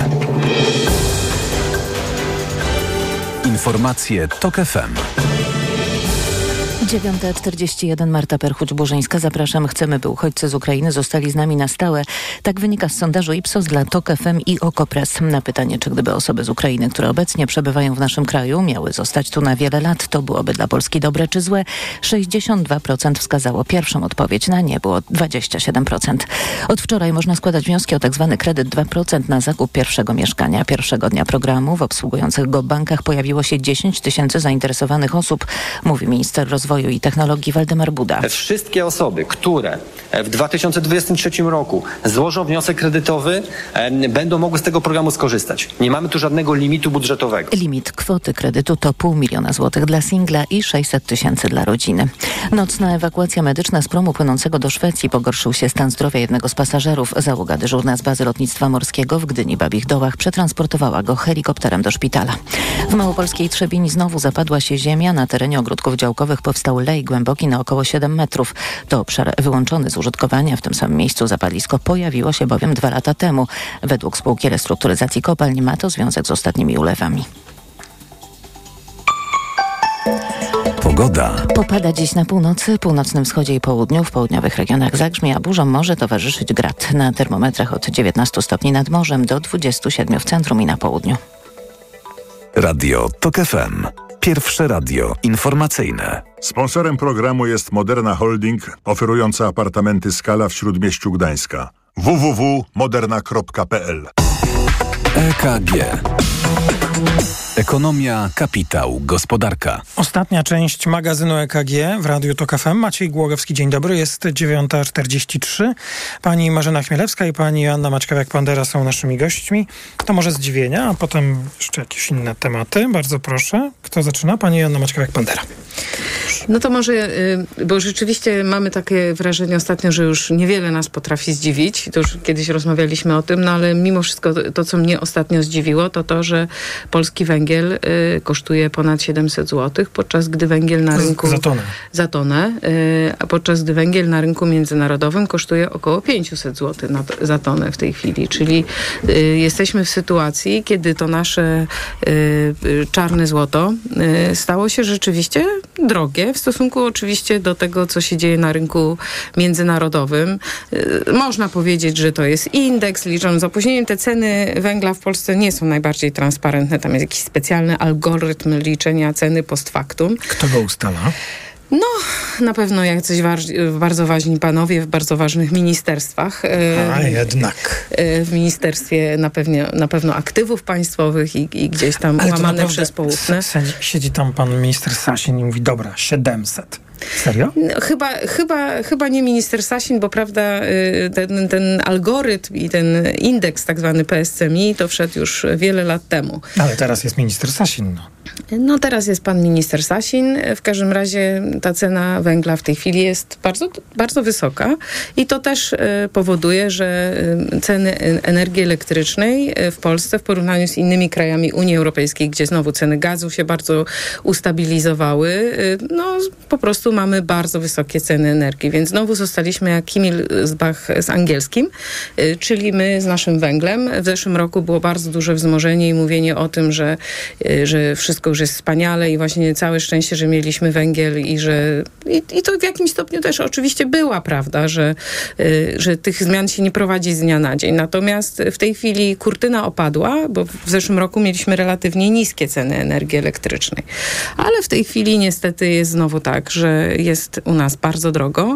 Informacje Tok F M. dziewiąta czterdzieści jeden, Marta Perchuć-Burzyńska. Zapraszam. Chcemy, by uchodźcy z Ukrainy zostali z nami na stałe. Tak wynika z sondażu Ipsos dla Tok F M i Okopres. Na pytanie, czy gdyby osoby z Ukrainy, które obecnie przebywają w naszym kraju, miały zostać tu na wiele lat, to byłoby dla Polski dobre czy złe? sześćdziesiąt dwa procent wskazało pierwszą odpowiedź, na nie było dwadzieścia siedem procent. Od wczoraj można składać wnioski o tzw. kredyt dwa procent na zakup pierwszego mieszkania. Pierwszego dnia programu w obsługujących go bankach pojawiło się dziesięć tysięcy zainteresowanych osób, mówi minister rozwoju i technologii Waldemar Buda. Wszystkie osoby, które w dwa tysiące dwudziestym trzecim roku złożą wniosek kredytowy, będą mogły z tego programu skorzystać. Nie mamy tu żadnego limitu budżetowego. Limit kwoty kredytu to pół miliona złotych dla singla i sześćset tysięcy dla rodziny. Nocna ewakuacja medyczna z promu płynącego do Szwecji. Pogorszył się stan zdrowia jednego z pasażerów. Załoga dyżurna z bazy lotnictwa morskiego w Gdyni Babich Dołach przetransportowała go helikopterem do szpitala. W małopolskiej Trzebini znowu zapadła się ziemia. Na terenie ogródków działkowych powstał lej głęboki na około siedem metrów. To obszar wyłączony z użytkowania. W tym samym miejscu zapalisko pojawiło się bowiem dwa lata temu. Według spółki restrukturyzacji kopalń ma to związek z ostatnimi ulewami. Pogoda. Popada dziś na północy, północnym wschodzie i południu. W południowych regionach zagrzmi, a burzom może towarzyszyć grad. Na termometrach od dziewiętnastu stopni nad morzem do dwudziestu siedmiu w centrum i na południu. Radio Tok F M. Pierwsze radio informacyjne. Sponsorem programu jest Moderna Holding, oferująca apartamenty Skala w Śródmieściu Gdańska. w w w kropka moderna kropka p l. E K G. Ekonomia, kapitał, gospodarka. Ostatnia część magazynu E K G w Radiu Tok F M. Maciej Głogowski, dzień dobry. Jest dziewiąta czterdzieści trzy. Pani Marzena Chmielewska i pani Joanna Maćkowiak-Pandera są naszymi gośćmi. To może zdziwienia, a potem jeszcze jakieś inne tematy. Bardzo proszę. Kto zaczyna? Pani Joanna Maćkowiak-Pandera. No to może, bo rzeczywiście mamy takie wrażenie ostatnio, że już niewiele nas potrafi zdziwić. To już kiedyś rozmawialiśmy o tym, no ale mimo wszystko to, to co mnie ostatnio zdziwiło, to to, że polski węgiel y, kosztuje ponad siedemset złotych, podczas gdy węgiel na rynku... Za tonę. Za tonę, y, a podczas gdy węgiel na rynku międzynarodowym kosztuje około pięćset złotych na, za tonę w tej chwili. Czyli y, jesteśmy w sytuacji, kiedy to nasze y, y, czarne złoto y, stało się rzeczywiście drogie w stosunku oczywiście do tego, co się dzieje na rynku międzynarodowym. Y, można powiedzieć, że to jest indeks liczony z opóźnieniem. Te ceny węgla w Polsce nie są najbardziej transparentne. Tam jest jakiś specjalny algorytm liczenia ceny post factum. Kto go ustala? No, na pewno jacyś wa- bardzo ważni panowie w bardzo ważnych ministerstwach. A jednak. W ministerstwie na, pewnie, na pewno aktywów państwowych i, i gdzieś tam Ale łamane przez poufne. S- siedzi tam pan minister Sasin i mówi, dobra, siedemset. Serio? No, chyba, chyba, chyba nie minister Sasin, bo prawda, ten, ten algorytm i ten indeks tak zwany P S C M I to wszedł już wiele lat temu. Ale teraz jest minister Sasin, no. No teraz jest pan minister Sasin. W każdym razie ta cena węgla w tej chwili jest bardzo, bardzo wysoka i to też powoduje, że ceny energii elektrycznej w Polsce w porównaniu z innymi krajami Unii Europejskiej, gdzie znowu ceny gazu się bardzo ustabilizowały, no po prostu mamy bardzo wysokie ceny energii, więc znowu zostaliśmy jak Himmelsbach z angielskim, czyli my z naszym węglem. W zeszłym roku było bardzo duże wzmożenie i mówienie o tym, że, że wszystko już jest wspaniale i właśnie całe szczęście, że mieliśmy węgiel i że i, i to w jakimś stopniu też oczywiście była prawda, że, y, że tych zmian się nie prowadzi z dnia na dzień. Natomiast w tej chwili kurtyna opadła, bo w zeszłym roku mieliśmy relatywnie niskie ceny energii elektrycznej. Ale w tej chwili niestety jest znowu tak, że jest u nas bardzo drogo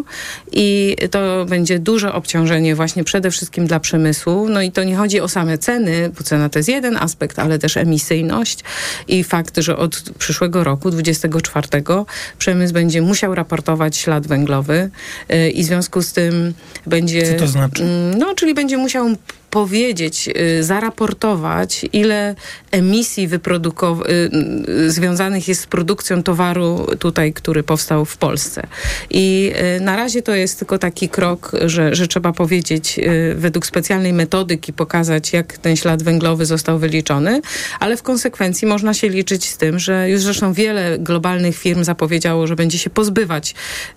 i to będzie duże obciążenie właśnie przede wszystkim dla przemysłu. No i to nie chodzi o same ceny, bo cena to jest jeden aspekt, ale też emisyjność i fakt, że od przyszłego roku, dwudziestego czwartego, przemysł będzie musiał raportować ślad węglowy yy, i w związku z tym będzie... Co to znaczy? Yy, no, czyli będzie musiał powiedzieć, y, zaraportować, ile emisji wyprodukow- y, y, związanych jest z produkcją towaru tutaj, który powstał w Polsce. I y, na razie to jest tylko taki krok, że, że trzeba powiedzieć y, według specjalnej metodyki pokazać, jak ten ślad węglowy został wyliczony, ale w konsekwencji można się liczyć z tym, że już zresztą wiele globalnych firm zapowiedziało, że będzie się pozbywać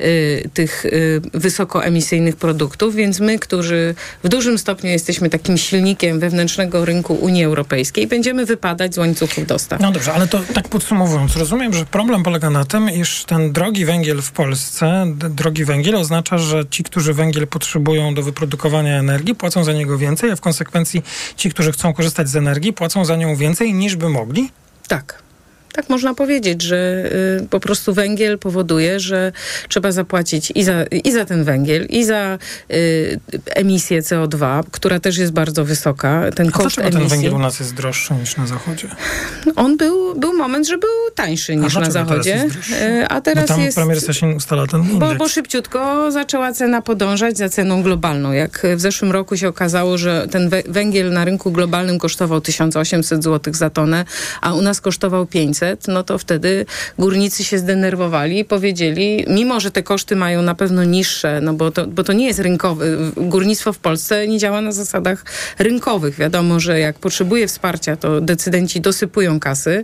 y, tych y, wysokoemisyjnych produktów, więc my, którzy w dużym stopniu jesteśmy takim silnikiem wewnętrznego rynku Unii Europejskiej, będziemy wypadać z łańcuchów dostaw. No dobrze, ale to tak podsumowując, rozumiem, że problem polega na tym, iż ten drogi węgiel w Polsce, d- drogi węgiel oznacza, że ci, którzy węgiel potrzebują do wyprodukowania energii, płacą za niego więcej, a w konsekwencji ci, którzy chcą korzystać z energii, płacą za nią więcej niż by mogli? Tak. Tak można powiedzieć, że y, po prostu węgiel powoduje, że trzeba zapłacić i za, i za ten węgiel, i za y, emisję C O dwa, która też jest bardzo wysoka. Ten A koszt dlaczego emisji, ten węgiel u nas jest droższy niż na Zachodzie? On był, był moment, że był tańszy niż na Zachodzie. Teraz jest y, a teraz Bo tam jest... premier Sasin ustala ten indeks. Bo, bo szybciutko zaczęła cena podążać za ceną globalną. Jak w zeszłym roku się okazało, że ten węgiel na rynku globalnym kosztował tysiąc osiemset złotych za tonę, a u nas kosztował pięćset, no to wtedy górnicy się zdenerwowali i powiedzieli, mimo że te koszty mają na pewno niższe, no bo to, bo to nie jest rynkowe. Górnictwo w Polsce nie działa na zasadach rynkowych. Wiadomo, że jak potrzebuje wsparcia, to decydenci dosypują kasy.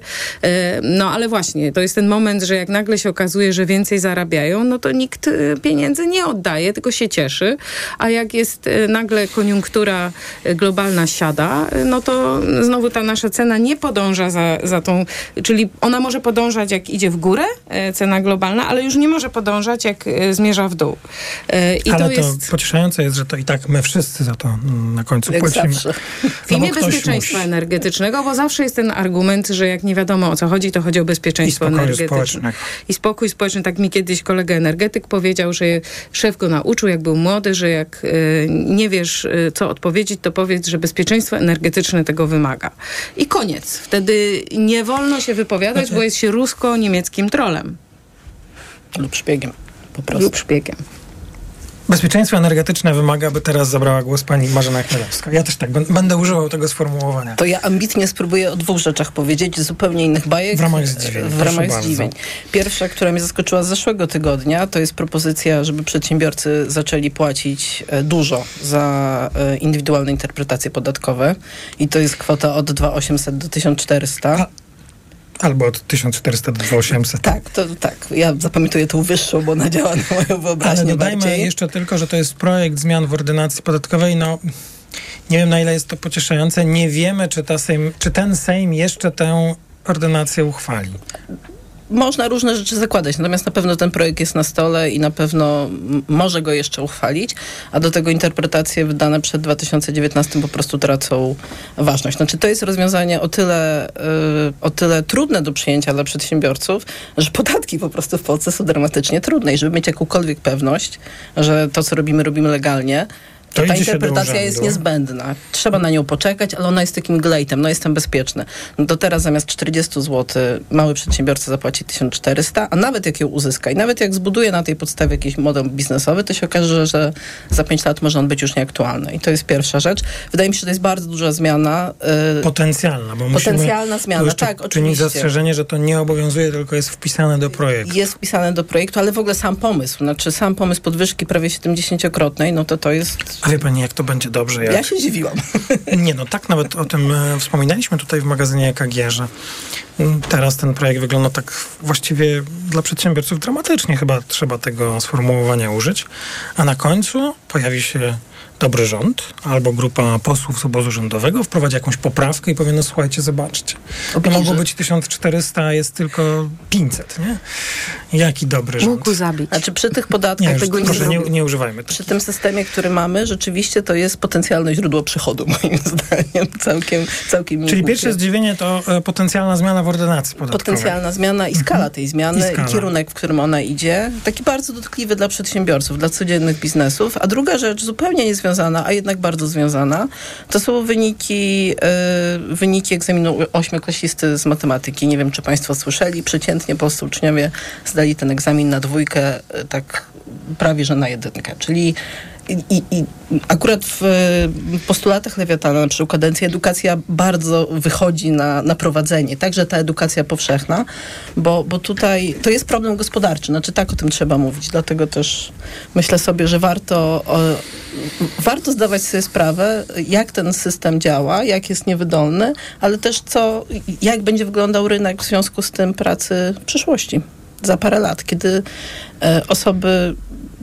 No ale właśnie, to jest ten moment, że jak nagle się okazuje, że więcej zarabiają, no to nikt pieniędzy nie oddaje, tylko się cieszy. A jak jest nagle koniunktura globalna siada, no to znowu ta nasza cena nie podąża za, za tą, czyli czyli ona może podążać, jak idzie w górę, e, cena globalna, ale już nie może podążać, jak e, zmierza w dół. E, i ale to, to jest... pocieszające jest, że to i tak my wszyscy za to na końcu jak płacimy. Zawsze. W imię no bezpieczeństwa musi. energetycznego, bo zawsze jest ten argument, że jak nie wiadomo o co chodzi, to chodzi o bezpieczeństwo energetyczne. Społecznego. I spokój społeczny. Tak mi kiedyś kolega energetyk powiedział, że szef go nauczył, jak był młody, że jak y, nie wiesz, y, co odpowiedzieć, to powiedz, że bezpieczeństwo energetyczne tego wymaga. I koniec. Wtedy nie wolno się wypowiadać, znaczy... bo jest się rusko-niemieckim trolem. Lub szpiegiem. Po prostu. Lub szpiegiem. Bezpieczeństwo energetyczne wymaga, by teraz zabrała głos pani Marzena Chmielewska. Ja też tak b- będę używał tego sformułowania. To ja ambitnie spróbuję o dwóch rzeczach powiedzieć, zupełnie innych bajek. W ramach zdziwień. W ramach zdziwień. Pierwsza, która mnie zaskoczyła z zeszłego tygodnia, to jest propozycja, żeby przedsiębiorcy zaczęli płacić dużo za indywidualne interpretacje podatkowe. I to jest kwota od dwa tysiące osiemset do tysiąc czterysta. A. Albo od tysiąc czterysta do dwa tysiące osiemset. Tak, to tak. Ja zapamiętuję tą wyższą, bo ona działa na moją wyobraźnię. Ale dodajmy bardziej. jeszcze tylko, że to jest projekt zmian w ordynacji podatkowej. No, nie wiem, na ile jest to pocieszające. Nie wiemy, czy, ta Sejm, czy ten Sejm jeszcze tę ordynację uchwali. Można różne rzeczy zakładać, natomiast na pewno ten projekt jest na stole i na pewno m- może go jeszcze uchwalić, a do tego interpretacje wydane przed dwa tysiące dziewiętnastym po prostu tracą ważność. Znaczy to jest rozwiązanie o tyle, yy, o tyle trudne do przyjęcia dla przedsiębiorców, że podatki po prostu w Polsce są dramatycznie trudne i żeby mieć jakąkolwiek pewność, że to, co robimy, robimy legalnie, to ta interpretacja jest niezbędna. Trzeba na nią poczekać, ale ona jest takim glejtem. No jestem bezpieczny. No to teraz zamiast czterdzieści złotych mały przedsiębiorca zapłaci tysiąc czterysta, a nawet jak ją uzyska i nawet jak zbuduje na tej podstawie jakiś model biznesowy, to się okaże, że za pięć lat może on być już nieaktualny. I to jest pierwsza rzecz. Wydaje mi się, że to jest bardzo duża zmiana. Yy, Potencjalna, bo Potencjalna zmiana, tak, oczywiście. Czynić zastrzeżenie, że to nie obowiązuje, tylko jest wpisane do projektu. Jest wpisane do projektu, ale w ogóle sam pomysł, znaczy sam pomysł podwyżki prawie siedemdziesięciokrotnej, no to to jest... A wie pani, jak to będzie dobrze? Jak... Ja się dziwiłam. Nie, no tak nawet o tym e, wspominaliśmy tutaj w magazynie E K G, że m, teraz ten projekt wygląda tak właściwie dla przedsiębiorców dramatycznie, chyba trzeba tego sformułowania użyć, a na końcu pojawi się dobry rząd albo grupa posłów z obozu rządowego wprowadzi jakąś poprawkę i powie, no słuchajcie, zobaczcie. To mogło być tysiąc czterysta, a jest tylko pięćset, nie? Jaki dobry rząd. Mógł zabić. Znaczy przy tych podatkach nie, tego nie proszę, nie, nie używajmy. Przy tym systemie, który mamy, rzeczywiście to jest potencjalne źródło przychodu, moim zdaniem. Całkiem, całkiem Czyli pierwsze zdziwienie to e, potencjalna zmiana w ordynacji podatkowej. Potencjalna zmiana i skala tej zmiany, I, skala. i kierunek, w którym ona idzie. Taki bardzo dotkliwy dla przedsiębiorców, dla codziennych biznesów. A druga rzecz, zupełnie niezwiązana, a jednak bardzo związana, to są wyniki, yy, wyniki egzaminu ośmioklasisty z matematyki. Nie wiem, czy państwo słyszeli. Przeciętnie polscy uczniowie zdali ten egzamin na dwójkę, yy, tak prawie, że na jedynkę. Czyli I, i akurat w postulatach Lewiatana, na przykład kadencji, edukacja bardzo wychodzi na, na prowadzenie. Także ta edukacja powszechna, bo, bo tutaj to jest problem gospodarczy. Znaczy tak o tym trzeba mówić. Dlatego też myślę sobie, że warto, o, warto zdawać sobie sprawę, jak ten system działa, jak jest niewydolny, ale też co, jak będzie wyglądał rynek w związku z tym pracy w przyszłości. Za parę lat, kiedy e, osoby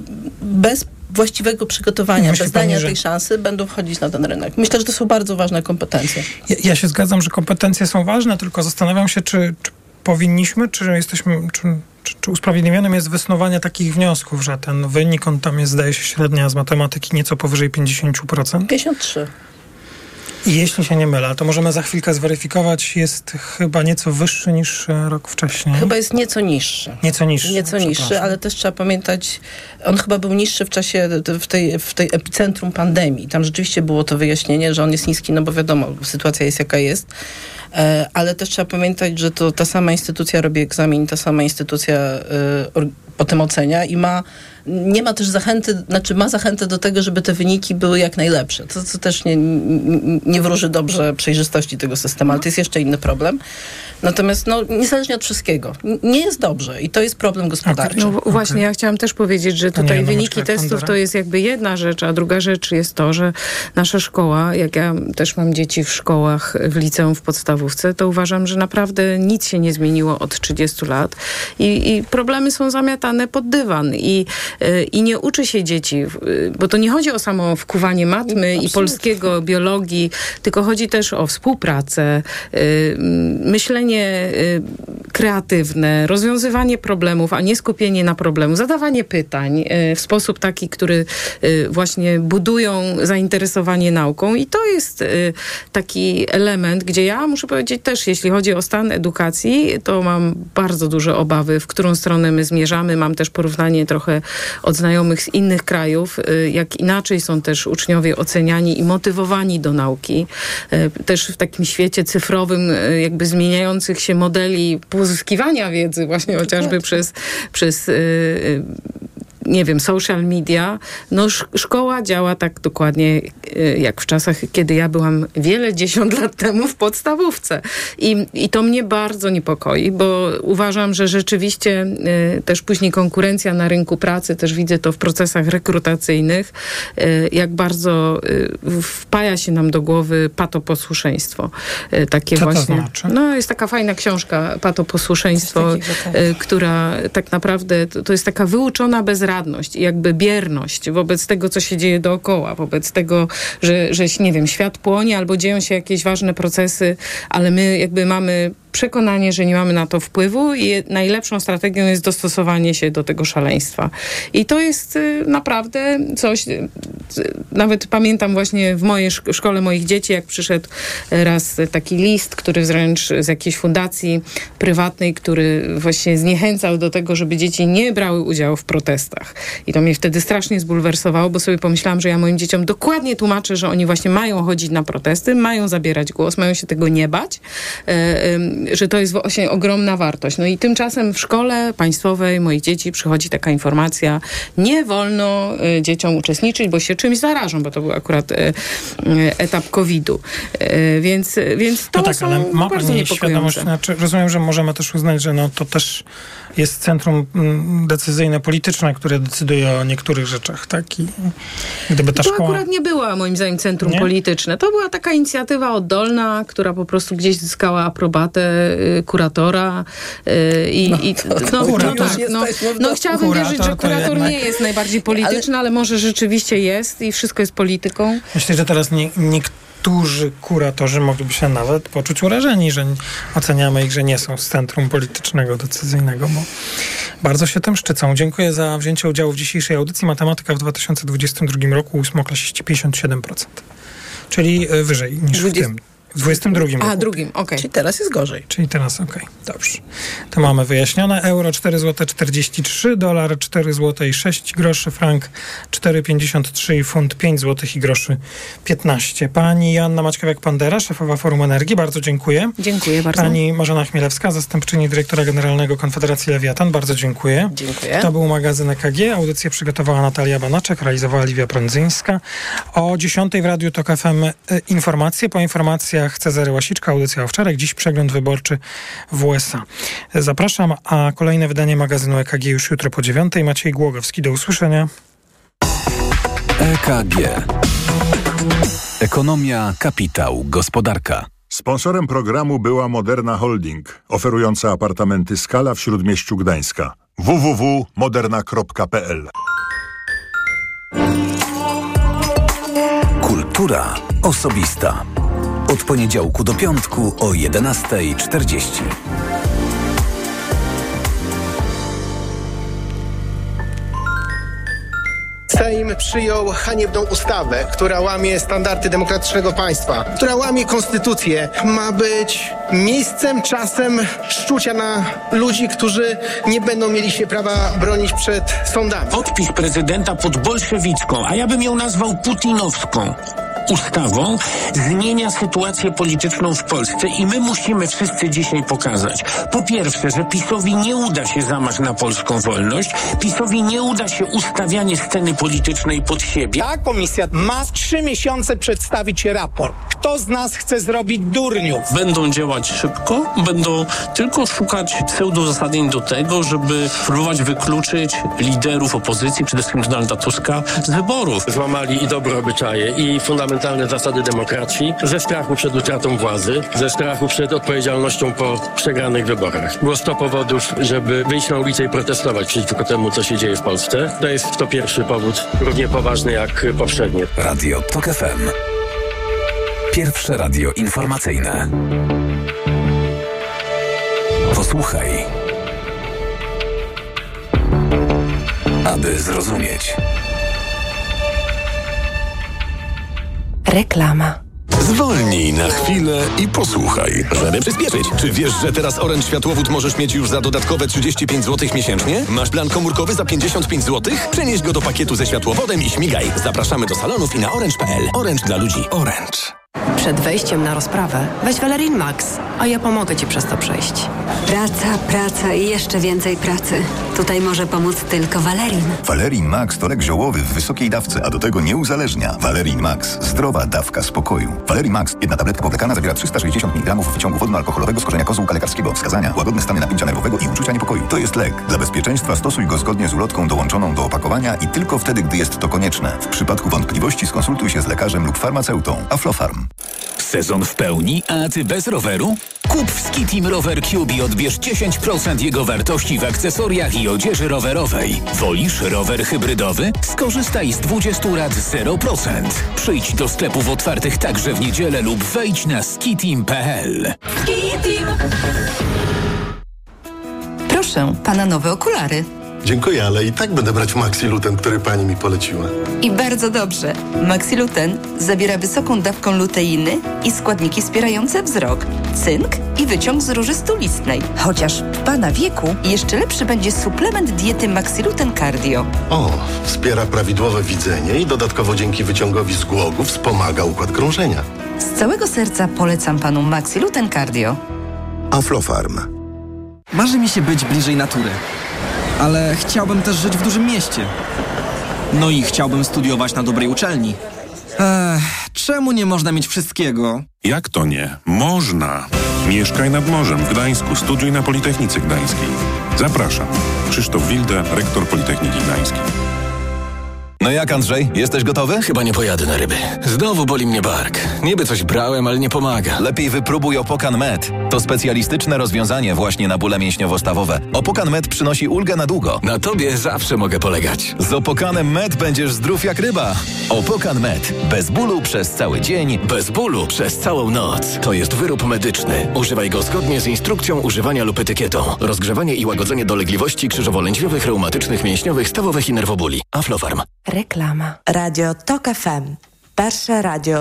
bez właściwego przygotowania, Myślę, bez dania pani, tej szansy będą wchodzić na ten rynek. Myślę, że to są bardzo ważne kompetencje. Ja, ja się zgadzam, że kompetencje są ważne, tylko zastanawiam się, czy, czy powinniśmy, czy jesteśmy, czy, czy, czy usprawiedliwionym jest wysnuwanie takich wniosków, że ten wynik, on tam jest, zdaje się, średnia z matematyki nieco powyżej pięćdziesiąt procent? pięćdziesiąt trzy. I jeśli się nie mylę, to możemy za chwilkę zweryfikować, jest chyba nieco wyższy niż rok wcześniej. Chyba jest nieco niższy. Nieco niższy. Nieco niższy, ale też trzeba pamiętać, on chyba był niższy w czasie, w tej, w tej epicentrum pandemii. Tam rzeczywiście było to wyjaśnienie, że on jest niski, no bo wiadomo, sytuacja jest jaka jest. Ale też trzeba pamiętać, że to ta sama instytucja robi egzamin, ta sama instytucja y, potem ocenia i ma, nie ma też zachęty, znaczy ma zachętę do tego, żeby te wyniki były jak najlepsze. To, co też nie, nie, nie wróży dobrze przejrzystości tego systemu, ale to jest jeszcze inny problem. Natomiast no, niezależnie od wszystkiego, nie jest dobrze i to jest problem gospodarczy. No okay. Właśnie, ja chciałam też powiedzieć, że tutaj nie, wyniki testów to jest jakby jedna rzecz, a druga rzecz jest to, że nasza szkoła, jak ja też mam dzieci w szkołach, w liceum, w podstawówce, to uważam, że naprawdę nic się nie zmieniło od trzydziestu lat i, i problemy są zamiatane pod dywan i, yy, i nie uczy się dzieci, yy, bo to nie chodzi o samo wkuwanie matmy Absolutnie. i polskiego, biologii, tylko chodzi też o współpracę, yy, myślenie myślenie y, kreatywne, rozwiązywanie problemów, a nie skupienie na problemu, zadawanie pytań y, w sposób taki, który y, właśnie budują zainteresowanie nauką i to jest y, taki element, gdzie ja muszę powiedzieć też, jeśli chodzi o stan edukacji, to mam bardzo duże obawy, w którą stronę my zmierzamy. Mam też porównanie trochę od znajomych z innych krajów, y, jak inaczej są też uczniowie oceniani i motywowani do nauki. Y, też w takim świecie cyfrowym, y, jakby zmieniających się modeli pozyskiwania wiedzy właśnie chociażby przez, przez y, y, nie wiem, social media, no sz- szkoła działa tak dokładnie y, jak w czasach, kiedy ja byłam wiele dziesiąt lat temu w podstawówce. I, i to mnie bardzo niepokoi, bo uważam, że rzeczywiście y, też później konkurencja na rynku pracy, też widzę to w procesach rekrutacyjnych, y, jak bardzo y, wpaja się nam do głowy patoposłuszeństwo. Y, takie Co właśnie. to znaczy? No jest taka fajna książka, Patoposłuszeństwo, y, która tak naprawdę, to, to jest taka wyuczona bezradność i jakby bierność wobec tego, co się dzieje dookoła, wobec tego, że, że nie wiem, świat płonie albo dzieją się jakieś ważne procesy, ale my jakby mamy przekonanie, że nie mamy na to wpływu i najlepszą strategią jest dostosowanie się do tego szaleństwa. I to jest y, naprawdę coś, y, nawet pamiętam właśnie w mojej szk- szkole moich dzieci, jak przyszedł raz taki list, który wręcz z jakiejś fundacji prywatnej, który właśnie zniechęcał do tego, żeby dzieci nie brały udziału w protestach. I to mnie wtedy strasznie zbulwersowało, bo sobie pomyślałam, że ja moim dzieciom dokładnie tłumaczę, że oni właśnie mają chodzić na protesty, mają zabierać głos, mają się tego nie bać, y, y, że to jest właśnie ogromna wartość. No i tymczasem w szkole państwowej moich dzieci przychodzi taka informacja, nie wolno y, dzieciom uczestniczyć, bo się czymś zarażą, bo to był akurat y, y, etap kowida. Y, więc, więc to no tak, są ale ma bardzo pani niepokojące. świadomość, znaczy rozumiem, że możemy też uznać, że no to też jest centrum mm, decyzyjne, polityczne, które decyduje o niektórych rzeczach, tak? I gdyby ta to szkoła... akurat nie była moim zdaniem centrum Nie? polityczne. To była taka inicjatywa oddolna, która po prostu gdzieś zyskała aprobatę y, kuratora y, i, No, i to- no, kurator. no, tak, no, Jesteśmy w no domu. chciałabym Kurator wierzyć, że to kurator jednak- nie jest najbardziej polityczny, ale może rzeczywiście jest i wszystko jest polityką. Myślę, że teraz nie, niektórzy kuratorzy mogliby się nawet poczuć urażeni, że oceniamy ich, że nie są z centrum politycznego, decyzyjnego, bo bardzo się tym szczycą. Dziękuję za wzięcie udziału w dzisiejszej audycji. Matematyka w dwa tysiące dwudziestym drugim roku ósmoklasiści pięćdziesiąt siedem procent. Czyli y, wyżej niż Dwudziest- w tym. W dwudziestym drugim roku. A, drugim, okej. Czyli teraz jest gorzej. Czyli teraz okej, dobrze. To mamy wyjaśnione. Euro cztery złote czterdzieści trzy, dolar cztery złote i sześć groszy, frank cztery pięćdziesiąt trzy i funt pięć złotych i groszy piętnaście. Pani Joanna Maćkowiak-Pandera, szefowa Forum Energii, bardzo dziękuję. Dziękuję bardzo. Pani Marzena Chmielewska, zastępczyni dyrektora generalnego Konfederacji Lewiatan, bardzo dziękuję. Dziękuję. To był magazyn E K G. Audycję przygotowała Natalia Banaczek, realizowała Liwia Prądzyńska. O dziesiątej w Radiu Tok F M y, informacje. Po informacjach Cezary Łasiczka, audycja o wczoraj, dziś przegląd wyborczy w U S A. Zapraszam, a kolejne wydanie magazynu E K G już jutro po dziewiątej. Maciej Głogowski, do usłyszenia. E K G. Ekonomia, kapitał, gospodarka. Sponsorem programu była Moderna Holding, oferująca apartamenty Skala w Śródmieściu Gdańska. w w w kropka moderna kropka p l. Kultura osobista. Od poniedziałku do piątku o jedenasta czterdzieści. Sejm przyjął haniebną ustawę, która łamie standardy demokratycznego państwa, która łamie konstytucję. Ma być miejscem, czasem szczucia na ludzi, którzy nie będą mieli się prawa bronić przed sądami. Podpis prezydenta pod bolszewicką, a ja bym ją nazwał putinowską ustawą, zmienia sytuację polityczną w Polsce i my musimy wszyscy dzisiaj pokazać, po pierwsze, że PiS-owi nie uda się zamach na polską wolność, PiS-owi nie uda się ustawianie sceny politycznej pod siebie. Ta komisja ma trzy miesiące przedstawić raport. Kto z nas chce zrobić durniów? Będą działać szybko, będą tylko szukać pseudozasadnień do tego, żeby próbować wykluczyć liderów opozycji, przede wszystkim Donalda Tuska, z wyborów. Złamali i dobre obyczaje, i fundamentalne zasady demokracji, ze strachu przed utratą władzy, ze strachu przed odpowiedzialnością po przegranych wyborach. Było sto powodów, żeby wyjść na ulicę i protestować przeciwko temu, co się dzieje w Polsce. To jest to pierwszy powód, równie poważny jak poprzednie. Radio Tok F M. Pierwsze radio informacyjne. Posłuchaj, aby zrozumieć. Reklama. Zwolnij na chwilę i posłuchaj. Żeby przyspieszyć. Czy wiesz, że teraz Orange Światłowód możesz mieć już za dodatkowe trzydzieści pięć złotych miesięcznie? Masz plan komórkowy za pięćdziesiąt pięć złotych? Przenieś go do pakietu ze światłowodem i śmigaj. Zapraszamy do salonów i na orange kropka p l. Orange dla ludzi. Orange. Przed wejściem na rozprawę weź Valerin Max, a ja pomogę Ci przez to przejść. Praca, praca i jeszcze więcej pracy. Tutaj może pomóc tylko Valerin. Valerin Max to lek ziołowy w wysokiej dawce, a do tego nie uzależnia. Valerin Max. Zdrowa dawka spokoju. Valerin Max. Jedna tabletka powlekana zawiera trzysta sześćdziesiąt miligramów wyciągu wodno-alkoholowego z korzenia kozłka lekarskiego. Wskazania: łagodne stany napięcia nerwowego i uczucia niepokoju. To jest lek. Dla bezpieczeństwa stosuj go zgodnie z ulotką dołączoną do opakowania i tylko wtedy, gdy jest to konieczne. W przypadku wątpliwości skonsultuj się z lekarzem lub farmaceutą. Aflofarm. Sezon w pełni, a ty bez roweru? Kup w Skitim Rower Cube i odbierz dziesięć procent jego wartości w akcesoriach i odzieży rowerowej. Wolisz rower hybrydowy? Skorzystaj z dwudziestu rat zero procent. Przyjdź do sklepów otwartych także w niedzielę lub wejdź na skitim kropka p l. Skitim! Proszę, pana nowe okulary. Dziękuję, ale i tak będę brać Maxiluten, który pani mi poleciła. I bardzo dobrze. Maxiluten zawiera wysoką dawką luteiny i składniki wspierające wzrok, cynk i wyciąg z róży stulistnej. Chociaż w pana wieku jeszcze lepszy będzie suplement diety Maxiluten Cardio. O, wspiera prawidłowe widzenie i dodatkowo dzięki wyciągowi z głogów wspomaga układ krążenia. Z całego serca polecam panu Maxiluten Cardio. Aflofarm. Marzy mi się być bliżej natury. Ale chciałbym też żyć w dużym mieście. No i chciałbym studiować na dobrej uczelni. Ech, czemu nie można mieć wszystkiego? Jak to nie? Można! Mieszkaj nad morzem w Gdańsku, studiuj na Politechnice Gdańskiej. Zapraszam. Krzysztof Wilde, rektor Politechniki Gdańskiej. No jak, Andrzej? Jesteś gotowy? Chyba nie pojadę na ryby. Znowu boli mnie bark. Niby coś brałem, ale nie pomaga. Lepiej wypróbuj Opokan Med. To specjalistyczne rozwiązanie właśnie na bóle mięśniowo-stawowe. Opokan Med przynosi ulgę na długo. Na tobie zawsze mogę polegać. Z Opokanem Med będziesz zdrów jak ryba. Opokan Med. Bez bólu przez cały dzień. Bez bólu przez całą noc. To jest wyrób medyczny. Używaj go zgodnie z instrukcją używania lub etykietą. Rozgrzewanie i łagodzenie dolegliwości krzyżowo-lędźwiowych, reumatycznych, mięśniowych, stawowych i nerwobóli. Aflofarm. Reklama. Radio Tok F M. Pierwsze radio